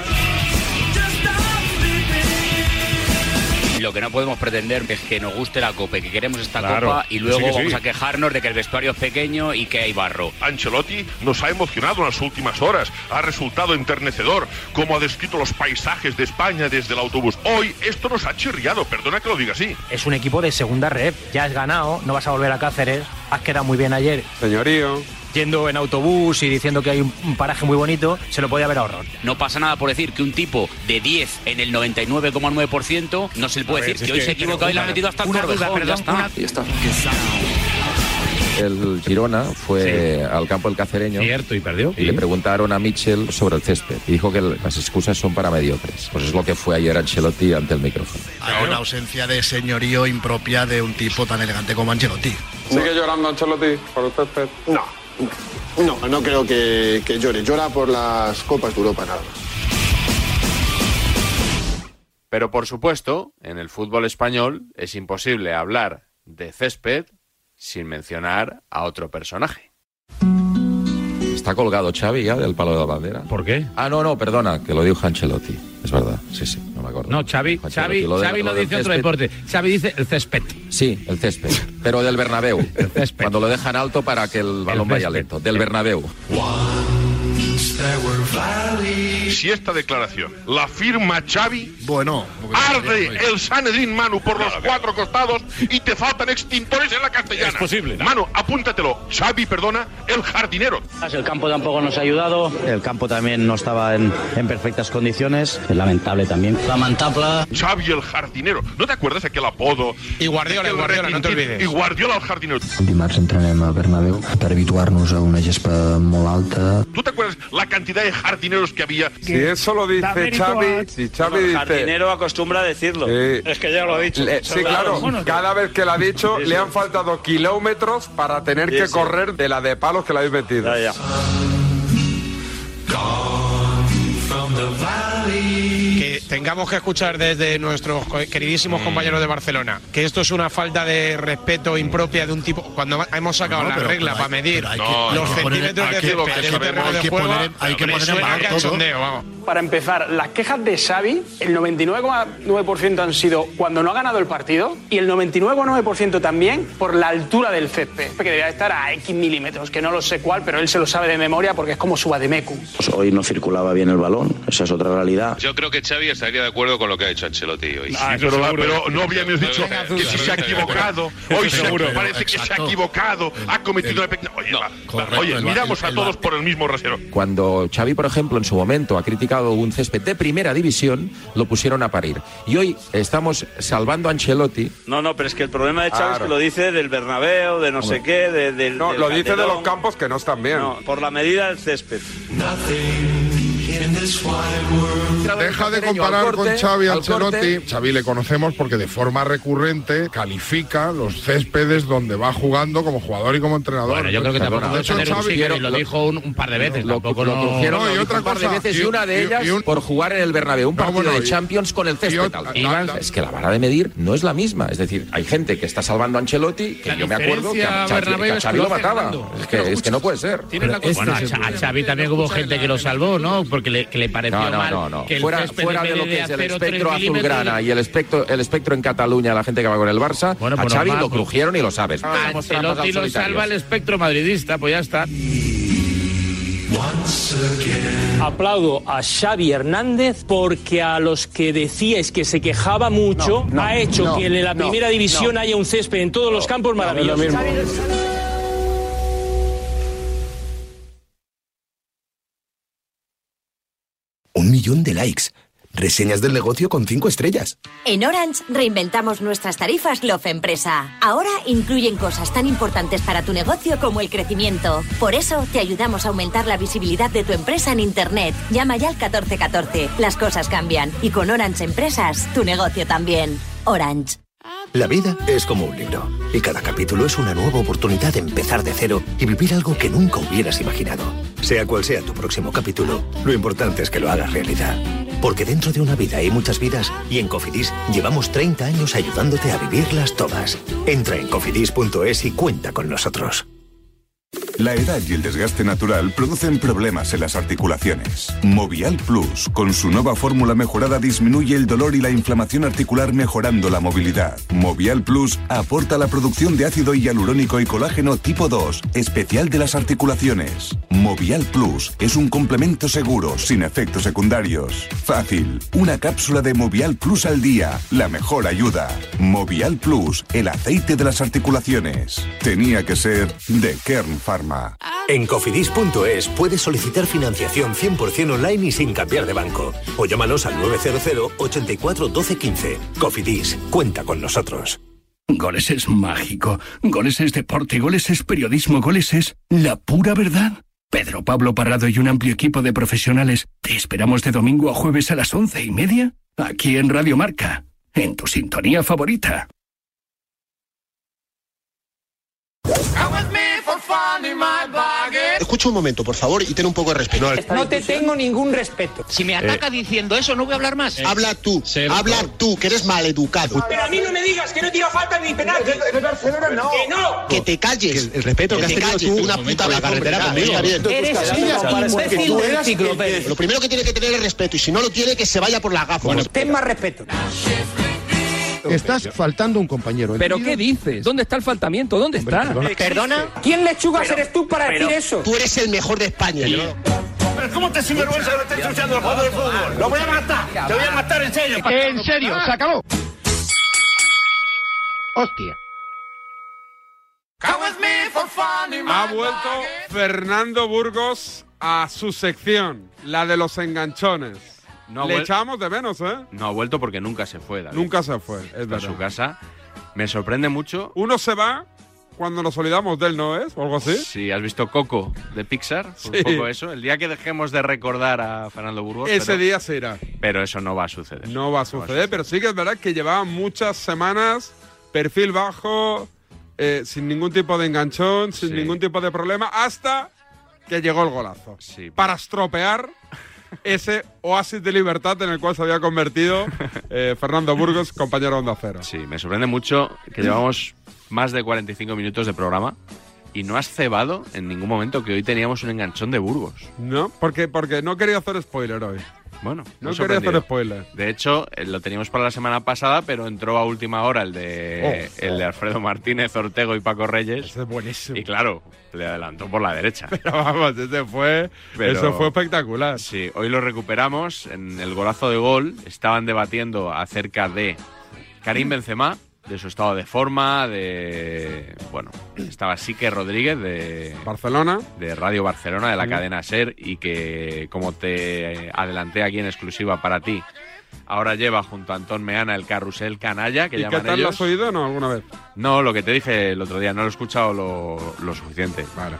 Lo que no podemos pretender es que nos guste la Copa y que queremos esta Claro, Copa y que luego sí, que sí. vamos a quejarnos de que el vestuario es pequeño y que hay barro. Ancelotti nos ha emocionado en las últimas horas, ha resultado enternecedor, como ha descrito los paisajes de España desde el autobús. Hoy esto nos ha chirriado, perdona que lo diga así. Es un equipo de segunda red, ya has ganado, no vas a volver a Cáceres, has quedado muy bien ayer. Señorío. Yendo en autobús y diciendo que hay un, un paraje muy bonito, se lo podía haber ahorrado. No pasa nada por decir que un tipo de diez en el noventa y nueve coma nueve por ciento no se le puede A ver, decir es que hoy que- se ha equivocado pero y le ha una- metido hasta el una Corvejón, duda, ya perdón, está. una- Ya está. El Girona fue al campo del Cacereño. Cierto, y perdió. Y le preguntaron a Mitchell sobre el césped. Y dijo que las excusas son para mediocres. Pues es lo que fue ayer Ancelotti ante el micrófono. Hay una ausencia de señorío impropia de un tipo tan elegante como Ancelotti. ¿Sigue llorando Ancelotti por el césped? No, no, no creo que, que llore. Llora por las Copas de Europa nada más. Pero por supuesto, en el fútbol español es imposible hablar de césped sin mencionar a otro personaje. ¿Está colgado Xavi ya del palo de la bandera? ¿Por qué? Ah, no, no, perdona, que lo dijo Ancelotti. Es verdad, sí, sí, no me acuerdo. No, Xavi, Xavi, lo, de, Xavi lo, lo dice otro deporte. Xavi dice el césped. Sí, el césped, pero del Bernabéu. El césped. Cuando lo dejan alto para que el balón el vaya lento. Del Bernabéu. Si esta declaración la firma Xavi, bueno, arde el Sanedrín, Manu, por los cuatro costados y te faltan extintores en la Castellana. Es posible, ¿no? Manu, apúntatelo. Xavi, perdona, el jardinero. El campo tampoco nos ha ayudado, el campo también no estaba en, en perfectas condiciones, es lamentable también. Lamentable. Xavi, el jardinero. ¿No te acuerdas aquel apodo? Y Guardiola, y Guardiola, no te olvides. Y Guardiola, el jardinero. Dimarts entrenem a Bernabéu per habituar-nos a una gespa molt alta. ¿Tú te acuerdas la cantidad de jardineros que había? Si eso lo dice Xavi, si Xavi dice... El jardinero acostumbra a decirlo. Sí. Es que ya lo ha dicho. Le, sí, claro, cada vez que lo ha dicho sí, sí. le han faltado kilómetros para tener sí, que sí. correr de la de palos que le habéis metido. Ya, ya. Que tengamos que escuchar desde nuestros queridísimos compañeros de Barcelona que esto es una falta de respeto impropia de un tipo, cuando hemos sacado no, la pero, regla pero para medir hay, no, los centímetros de césped en el terreno de juego, hay que poner en valor cachondeo, vamos. Para empezar, las quejas de Xavi, el noventa y nueve coma nueve por ciento han sido cuando no ha ganado el partido y el noventa y nueve coma nueve por ciento también por la altura del césped, que debería estar a X milímetros, que no lo sé cuál, pero él se lo sabe de memoria porque es como su Vademecum. Pues hoy no circulaba bien el balón, esa es otra realidad. Yo creo que Xavi estaría de acuerdo con lo que ha hecho Ancelotti hoy. Ah, pero, pero no habíamos dicho que si se ha equivocado, hoy se, parece que se ha equivocado, ha cometido una pequeña... Oye, va, correcto, oye miramos a todos por el mismo rasero. Cuando Xavi, por ejemplo, en su momento ha criticado un césped de primera división, lo pusieron a parir. Y hoy estamos salvando a Ancelotti. No, no, pero es que el problema de Xavi claro. es que lo dice del Bernabéu, de no Hombre. sé qué, de, del... No, del lo dice Calderón. de los campos que no están bien. No, por la medida del césped. Deja de comparar con Xavi y Ancelotti. Xavi le conocemos porque de forma recurrente califica los céspedes donde va jugando como jugador y como entrenador. Bueno, yo creo que tampoco puede tener un sitio, y lo dijo un, un par de veces. Lo, tampoco lo, no... lo cogieron no, y lo otra un par cosa, de veces y, y una de ellas y un, por jugar en el Bernabéu, un no, partido bueno, de y, Champions con el césped. Y, Iván, la, la, es que la vara de medir no es la misma. Es decir, hay gente que está salvando a Ancelotti, que yo me acuerdo que a Xavi, que a Xavi lo mataba. Es que, es que no puede ser. Bueno, a Xavi también hubo gente que lo salvó, ¿no? Porque le, que le pareció no, no, mal no, no. que el fuera, césped fuera de lo que es el espectro azulgrana y el espectro, el espectro en Cataluña, la gente que va con el Barça, bueno, pues a Xavi normal, lo pues, crujieron y lo sabes. A Ancelotti lo salva el espectro madridista, pues ya está. Aplaudo a Xavi Hernández porque a los que decíais que se quejaba mucho no, no, ha hecho no, que en la primera no, división no. haya un césped en todos no, los campos maravillosos. No, Un millón de likes. Reseñas del negocio con cinco estrellas. En Orange reinventamos nuestras tarifas Love Empresa. Ahora incluyen cosas tan importantes para tu negocio como el crecimiento. Por eso te ayudamos a aumentar la visibilidad de tu empresa en Internet. Llama ya al catorce catorce. Las cosas cambian. Y con Orange Empresas, tu negocio también. Orange. La vida es como un libro. Y cada capítulo es una nueva oportunidad de empezar de cero y vivir algo que nunca hubieras imaginado. Sea cual sea tu próximo capítulo, lo importante es que lo hagas realidad. Porque dentro de una vida hay muchas vidas y en Cofidis llevamos treinta años ayudándote a vivirlas todas. Entra en cofidis punto es y cuenta con nosotros. La edad y el desgaste natural producen problemas en las articulaciones. Movial Plus, con su nueva fórmula mejorada, disminuye el dolor y la inflamación articular mejorando la movilidad. Movial Plus aporta la producción de ácido hialurónico y colágeno tipo dos, especial de las articulaciones. Movial Plus es un complemento seguro, sin efectos secundarios. Fácil, una cápsula de Movial Plus al día, la mejor ayuda. Movial Plus, el aceite de las articulaciones. Tenía que ser de Kern Pharma. En cofidis punto es puedes solicitar financiación cien por ciento online y sin cambiar de banco. O llámanos al nueve cero cero, ochenta y cuatro, doce, quince. Cofidis, cuenta con nosotros. Goles es mágico. Goles es deporte. Goles es periodismo. Goles es la pura verdad. Pedro Pablo Parrado y un amplio equipo de profesionales te esperamos de domingo a jueves a las once y media aquí en Radio Marca, en tu sintonía favorita. Escucho un momento, por favor, y ten un poco de respeto. No te tengo ningún respeto. Si me ataca eh. diciendo eso, no voy a hablar más. Eh. Habla tú, habla tú, que eres maleducado. Pero a mí no me digas que no tira falta ni penal. De Barcelona no. Que no. Que te calles. El, el respeto que, que has tenido calles, tú, una puta vez, carretera conmigo. Eres imbécil del enciclopedia. Lo primero que tiene que tener es respeto, y si no lo tiene, que se vaya por la gafa. Bueno, ten más respeto. Estás faltando un compañero. ¿Pero qué dices? ¿Dónde está el faltamiento? ¿Dónde está? Perdona. ¿Perdona? ¿Quién lechugas pero, eres tú para pero, decir eso? Tú eres el mejor de España. Sí. Pero ¿cómo te sinvergüenza que me estés ensuciando el juego del fútbol? ¡Lo voy a matar! ¡Te voy a matar en serio! En serio, se acabó. Hostia. Ha vuelto Fernando Burgos a su sección, la de los enganchones. No Le vuel- echamos de menos, ¿eh? No ha vuelto porque nunca se fue, David. Nunca se fue, es Está verdad. en su casa. Me sorprende mucho. Uno se va cuando nos olvidamos de él, ¿no es? ¿O algo así? Sí, ¿has visto Coco de Pixar? Sí. Un poco eso. El día que dejemos de recordar a Fernando Burgos. Ese pero, día se irá. Pero eso no va a suceder. No va a suceder, no va a suceder. Pero sí que es verdad que llevaba muchas semanas, perfil bajo, eh, sin ningún tipo de enganchón, sin Sí. ningún tipo de problema, hasta que llegó el golazo. Sí. Para estropear ese oasis de libertad en el cual se había convertido eh, Fernando Burgos, compañero de Onda Cero. Sí, me sorprende mucho que llevamos más de cuarenta y cinco minutos de programa y no has cebado en ningún momento que hoy teníamos un enganchón de Burgos. No, porque, porque no quería hacer spoiler hoy. Bueno, no me he quería hacer sorprendido. spoiler. De hecho, eh, lo teníamos para la semana pasada, pero entró a última hora el de Oh, el de Alfredo Martínez, Ortego y Paco Reyes. Ese es buenísimo. Y claro, le adelantó por la derecha. Pero vamos, ese fue, Pero- eso fue espectacular. Sí, hoy lo recuperamos. En el golazo de gol estaban debatiendo acerca de Karim Benzema, de su estado de forma, de... Bueno, estaba Sique Rodríguez de... Barcelona. De Radio Barcelona, de la Sí. cadena SER, y que, como te adelanté aquí en exclusiva para ti, ahora lleva junto a Antón Meana el carrusel canalla, que ¿Y qué llaman tal lo ellos. has oído o no alguna vez? No, lo que te dije el otro día, no lo he escuchado lo, lo suficiente. Vale.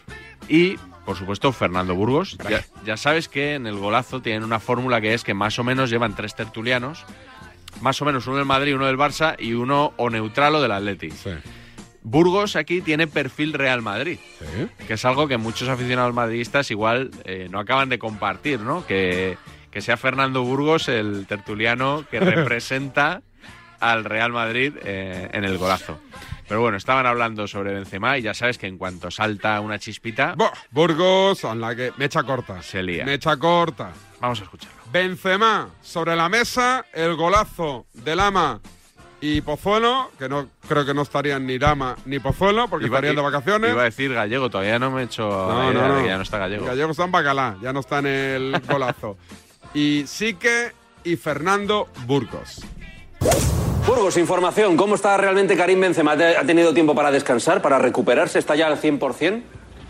Y, por supuesto, Fernando Burgos. Ya, ya sabes que en el golazo tienen una fórmula que es que más o menos llevan tres tertulianos, más o menos uno del Madrid, uno del Barça y uno o neutral o del Atleti. Sí. Burgos aquí tiene perfil Real Madrid, Sí. que es algo que muchos aficionados madridistas igual eh, no acaban de compartir, ¿no? Que, que sea Fernando Burgos el tertuliano que representa al Real Madrid eh, en el golazo. Pero bueno, estaban hablando sobre Benzema y ya sabes que en cuanto salta una chispita... Buah, Burgos, en la que mecha corta. Se lía. Mecha corta. Vamos a escucharlo. Benzema sobre la mesa, el golazo de Lama y Pozuelo, que no creo que no estarían ni Lama ni Pozuelo porque Iba- estarían de vacaciones. Iba a decir Gallego, todavía no me he hecho No, la idea no, de no. que ya no está Gallego. Gallego está en Bacalá, ya no está en el golazo. Y Sique y Fernando Burgos. Burgos, información. ¿Cómo está realmente Karim Benzema? ¿Ha tenido tiempo para descansar, para recuperarse? ¿Está ya al cien por cien?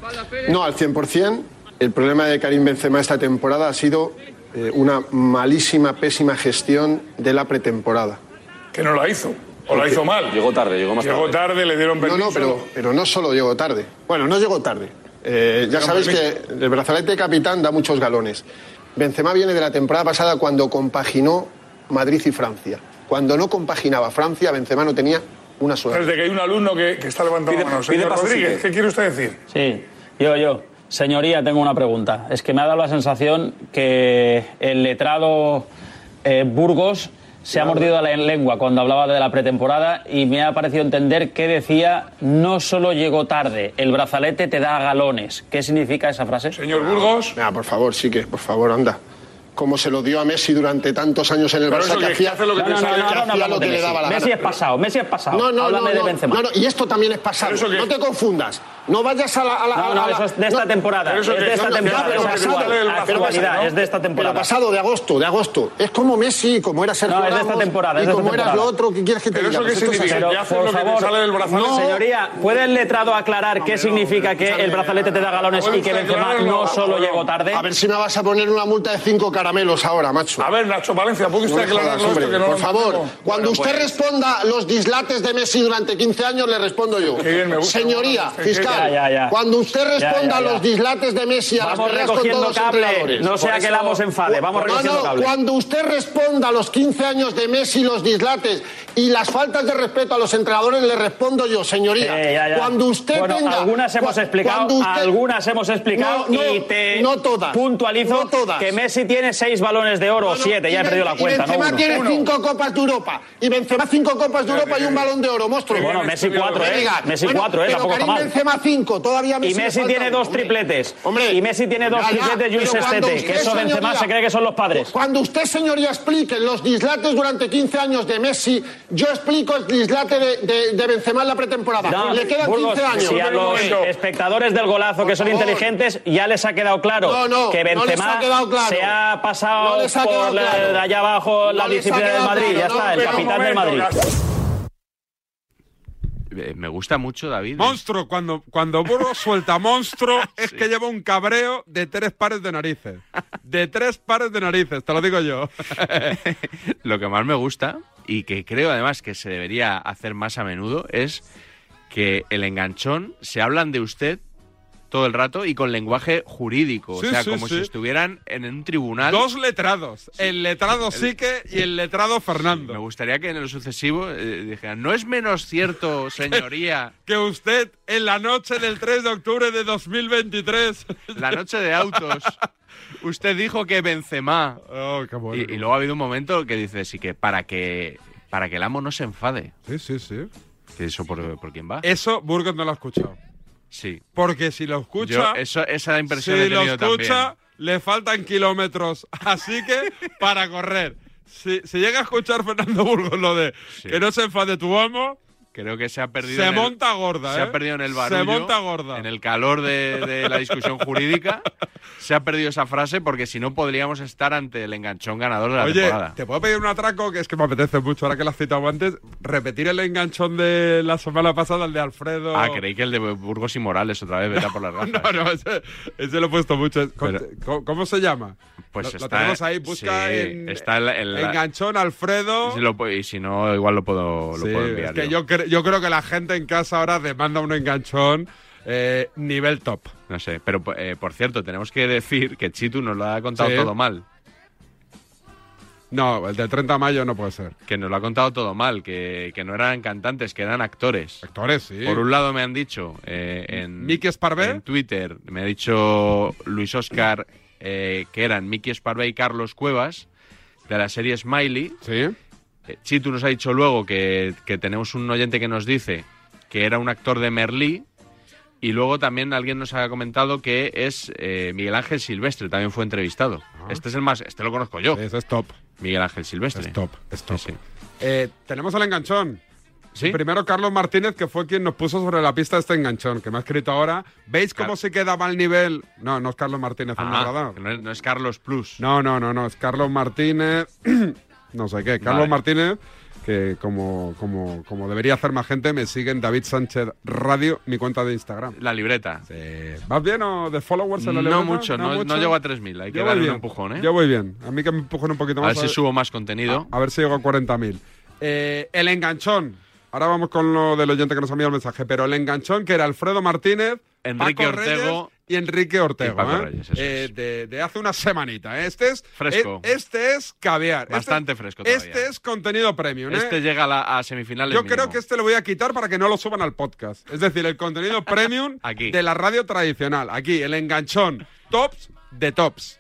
No al cien por cien. El problema de Karim Benzema esta temporada ha sido eh, una malísima, pésima gestión de la pretemporada. Que no la hizo. O la hizo mal. Llegó tarde, llegó más Llegó tarde. tarde, le dieron No, permiso. no, pero, pero no solo llegó tarde. Bueno, no llegó tarde. Eh, ya Llegó sabéis permiso. que el brazalete de capitán da muchos galones. Benzema viene de la temporada pasada cuando compaginó Madrid y Francia. Cuando no compaginaba Francia, Benzema no tenía una sola. Desde que hay un alumno que, que está levantando Pide- la mano. pide Señor paso, Rodríguez, sí. ¿qué quiere usted decir? Sí, yo, yo. Señoría, tengo una pregunta. Es que me ha dado la sensación que el letrado eh, Burgos se ha mordido la lengua cuando hablaba de la pretemporada y me ha parecido entender que decía no solo llegó tarde, el brazalete te da galones. ¿Qué significa esa frase? Señor Burgos. Ah, por favor, sí que, por favor, anda. Como se lo dio a Messi durante tantos años en el Pero Barça, eso que que hacía, hace lo que No, no, piensa no, que no, no, hacía no hablamos lo de que le Messi. daba la Messi gana. es pasado, Messi es pasado. No, no, Háblame no, de no, Benzema. no, no, y esto también es pasado. ¿Pero eso qué No es? te confundas. No vayas a la... A la No, no, a la- eso es de esta temporada. Pero eso Es que- de esta no, no, temporada, pero es pasado, actual, pero actualidad, pasado, es de esta temporada. Pero pasado, de agosto, de agosto. Es como Messi, como era Sergio No, es de esta Ramos, temporada, es y de esta como eras lo temporada. otro, ¿qué quieres que te ¿Pero diga? eso qué Pues esto es significa? así. ¿Que haces lo que te sale del brazalete? No, señoría, ¿puede el letrado aclarar qué significa que el brazalete te da galones y que Benzema no solo llegó tarde? A ver si me vas a poner una multa de cinco caramelos ahora, macho. A ver, Nacho Valencia, ¿puede usted No me aclararlo jodas, esto? hombre, Que no por lo favor, entendemos? cuando Bueno, usted pues, responda los dislates de Messi durante quince años, le respondo yo. Qué bien, me gusta. Señoría, Qué bien. fiscal, Ya, ya, ya. cuando usted responda Ya, ya, ya. los dislates de Messi a las Vamos peleas con recogiendo todos los cable, entrenadores. no sea Por que eso- la vamos enfade, vamos no, recogiendo no, cable. cuando usted responda a los quince años de Messi los dislates Y las faltas de respeto a los entrenadores le respondo yo, señoría. Eh, ya, ya. Cuando usted bueno, tenga... algunas hemos explicado, usted, algunas hemos explicado no, no, y te no todas, puntualizo no todas. que Messi tiene seis balones de oro, o no, no, siete, ya he perdido la cuenta. Y Benzema no tiene uno. cinco uno. Copas de Europa. Y Benzema cinco Copas de Europa y un balón de oro, monstruo. Bueno, Messi cuatro, ¿eh? Messi bueno, cuatro, ¿eh? Pero Tampoco Karim está mal. Benzema cinco, todavía Messi Y Messi tiene dos hombre. tripletes. Hombre, y Messi tiene dos ya, ya, tripletes y un sextete. Que eso Benzema señoría, se cree que son los padres. Cuando usted, señoría, explique los dislates durante quince años de Messi, yo explico el dislate de, de, de Benzema en la pretemporada. No, Le quedan Burgos, quince años. Si a los espectadores del golazo que son inteligentes ya les ha quedado claro no, no, que Benzema no claro. se ha pasado no ha por la, claro. de allá abajo no la disciplina del Madrid. Claro, ya no, está, el capitán del Madrid. Me gusta mucho, David. Monstruo, cuando, cuando Burgos suelta monstruo, es sí. que lleva un cabreo de tres pares de narices. De tres pares de narices, te lo digo yo. Lo que más me gusta, y que creo además que se debería hacer más a menudo, es que el enganchón se hablan de usted todo el rato y con lenguaje jurídico, sí, o sea, sí, como sí. si estuvieran en un tribunal. Dos letrados, sí. el letrado el, Sique y el letrado Fernando. Sí, me gustaría que en lo sucesivo eh, dijeran, no es menos cierto, señoría, que usted en la noche del tres de octubre de dos mil veintitrés, la noche de autos, usted dijo que Benzema. Oh, qué bueno. Y, y luego ha habido un momento que dice, sí, que para que para que el amo no se enfade. Sí, sí, sí. ¿Que eso por, por quién va? Eso Burgos no lo ha escuchado. Sí. Porque si lo escucha... Yo eso, esa impresión si he tenido lo escucha, también. Le faltan kilómetros. Así que, para correr. Si, si llega a escuchar Fernando Burgos lo de sí. que no se enfade tu amo... Creo que se ha perdido. Se en monta el, gorda, Se ¿eh? ha perdido en el barullo. Se monta gorda. En el calor de, de la discusión jurídica. Se ha perdido esa frase porque si no podríamos estar ante el enganchón ganador de la Oye, temporada. Oye, ¿te puedo pedir un atraco? Que es que me apetece mucho, ahora que lo has citado antes. Repetir el enganchón de la semana pasada, el de Alfredo. Ah, creí que el de Burgos y Morales otra vez, vete no, por las gafas. No, no, ese, ese lo he puesto mucho. Pero, ¿Cómo, ¿Cómo se llama? Pues lo, está, lo tenemos ahí, busca sí, en, está el, el, enganchón Alfredo. Si lo, y si no, igual lo puedo, lo sí, puedo enviar. Es que yo. Yo, cre yo creo que la gente en casa ahora demanda un enganchón eh, nivel top. No sé, pero eh, por cierto, tenemos que decir que Chitu nos lo ha contado sí. todo mal. No, el del treinta de mayo no puede ser. Que nos lo ha contado todo mal, que, que no eran cantantes, que eran actores. Actores, sí. Por un lado me han dicho eh, en, Miki Esparvé. En Twitter, me ha dicho Luis Óscar eh, que eran Miki Esparvé y Carlos Cuevas, de la serie Smiley. Sí. Chitu nos ha dicho luego que, que tenemos un oyente que nos dice que era un actor de Merlí. Y luego también alguien nos ha comentado que es eh, Miguel Ángel Silvestre, también fue entrevistado. Ah. Este es el más, este lo conozco yo. Ese es top. Miguel Ángel Silvestre. Es top, es top. Sí, sí. Eh, tenemos el enganchón. ¿Sí? Primero Carlos Martínez, que fue quien nos puso sobre la pista este enganchón, que me ha escrito ahora. ¿Veis cómo Car se queda mal nivel? No, no es Carlos Martínez el ah, no, es, no es Carlos Plus. No, no, no, no, es Carlos Martínez... no sé qué, Carlos vale. Martínez... que como, como, como debería hacer más gente, me siguen David Sánchez Radio, mi cuenta de Instagram. La libreta. Sí. ¿Vas bien o de followers en la libreta? No mucho, no, no, mucho. no llego a tres mil, hay que darle un empujón, ¿eh? Yo voy bien, a mí que me empujen un poquito más. A ver si a ver, subo más contenido. A, a ver si llego a cuarenta mil. Eh, el enganchón, ahora vamos con lo del oyente que nos ha enviado el mensaje, pero el enganchón que era Alfredo Martínez, Enrique Paco Ortego Reyes y Enrique Ortego, y Paco ¿eh? Reyes, eso eh, es. de, de hace una semanita. ¿eh? Este es fresco. Eh, este es caviar. Bastante este, fresco todavía. Este es contenido premium. ¿eh? Este llega a, la, a semifinales. Yo mínimo. creo que este lo voy a quitar para que no lo suban al podcast. Es decir, el contenido premium Aquí. de la radio tradicional. Aquí, el enganchón. Tops de tops.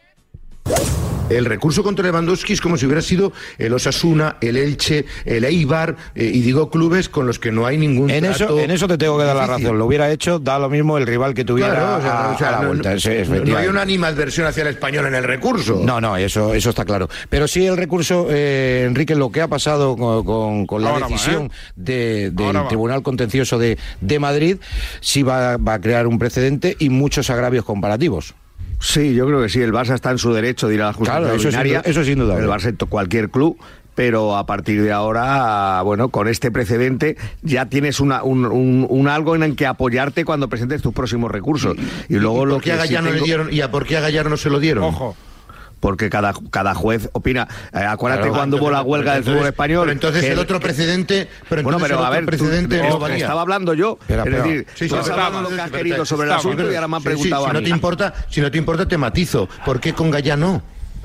El recurso contra Lewandowski es como si hubiera sido el Osasuna, el Elche, el Eibar, eh, y digo clubes con los que no hay ningún en trato eso En eso te tengo que dar la difícil. razón. Lo hubiera hecho, da lo mismo el rival que tuviera claro, o sea, a, o sea, a la no, vuelta. No, es, es no hay una animadversión hacia el español en el recurso. No, no, eso, eso está claro. Pero sí el recurso, eh, Enrique, lo que ha pasado con, con, con la Ahora decisión va, ¿eh? de, del Tribunal Contencioso de, de Madrid, sí va, va a crear un precedente y muchos agravios comparativos. Sí, yo creo que sí. El Barça está en su derecho de ir a la justicia claro, ordinaria. Eso sin duda. El Barça, cualquier club. Pero a partir de ahora, bueno, con este precedente ya tienes una, un, un, un algo en el que apoyarte cuando presentes tus próximos recursos. Y luego ¿Y por lo qué que a Gallardo sí tengo... le dieron y a por qué a Gallardo no se lo dieron? Ojo. Porque cada, cada juez opina. Eh, acuérdate claro, cuando hubo la huelga del fútbol español. Pero entonces que, el otro precedente. Pero bueno, pero el a ver, precedente tú, no no, valía. Estaba hablando yo. Pero, es pero, decir, sí, tú sí, has sí, hablado sí, lo que sí, has sí, querido sí, sobre sí, el asunto sí, y ahora me han sí, preguntado sí, a si mí. no te importa, si no te importa te matizo. ¿Por qué con Gallá no?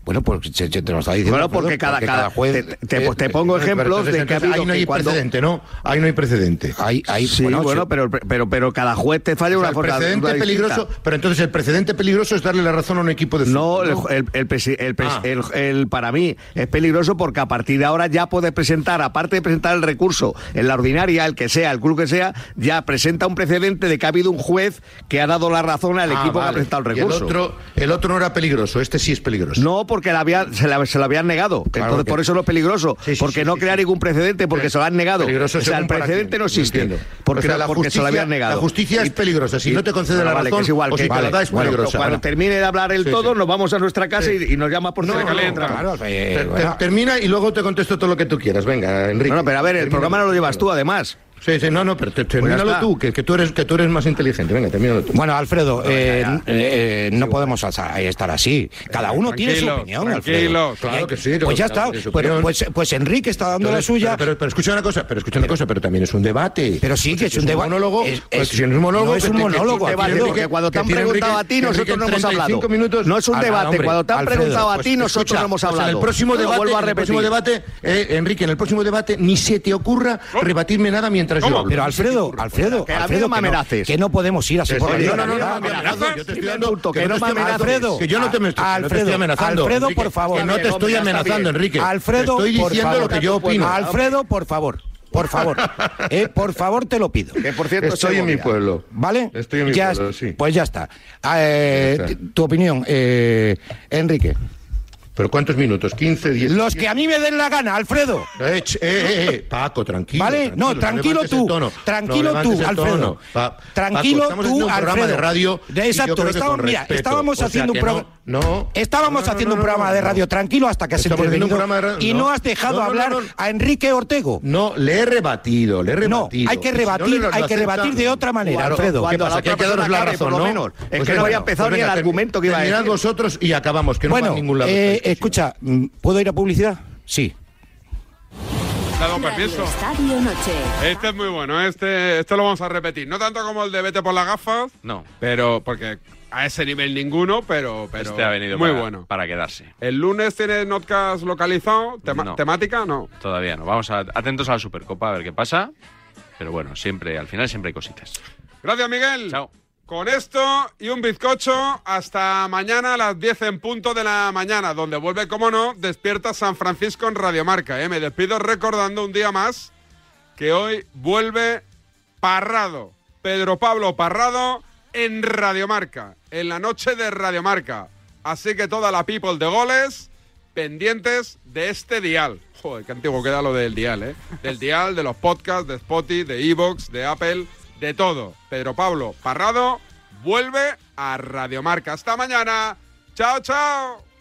Bueno, pues se, se te lo está diciendo. Bueno, porque cada, porque cada, cada juez... Te, te, te pongo eh, ejemplos entonces, de que ha entonces, habido... ahí no hay que cuando... precedente, ¿no? Ahí no hay precedente. Hay, hay, sí, bueno, bueno, sí. Pero, pero, pero cada juez te falla O sea, una el forma... precedente una peligroso, distinta. pero entonces el precedente peligroso es darle la razón a un equipo de fútbol. No, ¿no? el, el, el, presi- el, pres- Ah. el, el- para mí es peligroso porque a partir de ahora ya puedes presentar, aparte de presentar el recurso en la ordinaria, el que sea, el club que sea, ya presenta un precedente de que ha habido un juez que ha dado la razón al Ah, equipo vale. que ha presentado el Y el recurso. otro, el otro no era peligroso, este sí es peligroso. No, porque la había, se, la, se lo habían negado. Claro, Entonces, que- por eso no es peligroso. Sí, sí, porque sí, no sí, crea sí. ningún precedente, porque Pe- se lo han negado. Peligroso O sea, el según para precedente quién, no existe. entiendo. Porque, O sea, no- la porque se lo justicia- habían negado. la justicia es peligrosa. Si no te concede Bueno, la vale, razón, que es igual, o que, si te la da, es bueno, peligrosa. cuando Bueno. termine de hablar el Sí, todo, sí. nos vamos a nuestra casa Sí. y, y nos llama por No, teléfono. no, Otra. Claro, eh, Te- te- bueno. termina y luego te contesto todo lo que tú quieras. Venga, Enrique. No, no, pero a ver, el Termina. programa no lo llevas tú, además. Sí, sí, no, no, pero te- termínalo está. tú, que, que tú eres, que tú eres más inteligente. Venga, termínalo tú. Bueno, Alfredo, eh, ya, ya. eh, eh, no podemos asa- estar así. Cada uno tiene su Tranquilo, opinión, tranquilo. Alfredo. Claro que sí, Pues ya claro, está. que es su Bueno, opinión. pues, pues Enrique está dando la Entonces, suya. Pero, pero, pero escucha una cosa, pero escucha una cosa, pero también es un debate. Pero sí, Pues que si es un debate. monólogo, Es- pues es- si no es un monólogo, no es que un te- que- monólogo, que- debate, Alfredo, porque que- cuando te que han tiene preguntado Enrique- a ti, Enrique nosotros en no hemos treinta y hablado. cinco minutos. No es un Ah, debate, hombre, cuando te han Alfredo, preguntado a Pues, ti, nosotros escucha, no hemos pues hablado. en el próximo Lo debate, vuelvo a en el próximo repetir. debate, eh, Enrique, en el próximo debate ni se te ocurra rebatirme nada mientras yo ¿Cómo? hablo. Pero Ni se te Alfredo, ocurra. Alfredo, Que a mí Alfredo, no me que no, amenaces. que no podemos ir así Que por la sí, vida. no, no, no, Nada, no, me nada. amenazas. Yo te estoy dando insulto, que que no no te me estoy amenaces. amenazando, que yo no te, me estoy, que no te Alfredo, estoy amenazando. Alfredo, Enrique, por favor. que no te Hombre, estoy ya está amenazando, bien. Enrique. Alfredo, te estoy por diciendo favor. lo que yo opino. Alfredo, por favor. Por favor. Eh, por favor, te lo pido. Que por cierto, Estoy en mi Segovia. pueblo. ¿Vale? Estoy en mi Ya pueblo, es- sí. Pues ya está. Eh, Ya está. t- Tu opinión, eh, Enrique. ¿Pero cuántos minutos? ¿quince, diez? Los que a mí me den la gana, Alfredo. Eh, ch- eh, eh, eh, Paco, tranquilo. ¿Vale? No, tranquilo levantes tú. el tono. Tranquilo No levantes tú, el Alfredo. tono. Pa- Tranquilo Paco, estamos tú, haciendo un programa Alfredo. de radio. De- y yo exacto, creo que estábamos- con mira, respeto. estábamos O sea haciendo un que programa- No, no. Estábamos No, no, haciendo no, un programa no, de no. radio tranquilo hasta que has Estamos haciendo un intervenido programa de radio. y no has dejado No, no, hablar no, no. a Enrique Ortego. No, le he rebatido, le he No, rebatido. hay que Si no rebatir, le- lo hay que acepta- rebatir de otra manera, Claro, Alfredo. ¿Qué Cuando pasa? la Que hay otra que daros la persona razón, acabe, por ¿no? lo menos. Es Pues que no había venga, empezado pues ni el venga, argumento que iba a terminad decir. vosotros y acabamos, que no va Bueno, a ningún lado. eh, esta discusión. escucha, mm, ¿puedo ir a publicidad? Sí. ¿Te ha dado permiso? Estadio Noche. Este es muy bueno, este, este lo vamos a repetir. No tanto como el de Vete por las gafas, No, pero porque a ese nivel ninguno, pero, pero este ha venido muy para, bueno. para quedarse. El lunes tienes notcast localizado, tema- No. temática, no. Todavía no. Vamos a, atentos a la Supercopa a ver qué pasa. Pero bueno, siempre, al final siempre hay cositas. Gracias, Miguel. Chao. Con esto y un bizcocho, hasta mañana a las diez en punto de la mañana, donde vuelve, como no, Despierta San Francisco en Radiomarca. ¿eh? Me despido recordando un día más que hoy vuelve Parrado, Pedro Pablo Parrado, en Radiomarca, en la noche de Radiomarca. Así que toda la people de goles pendientes de este dial. Joder, qué antiguo queda lo del dial, ¿eh? Del dial, de los podcasts, de Spotify, de Evox, de Apple, de todo. Pedro Pablo Parrado vuelve a Radiomarca. Hasta mañana. Chao, chao.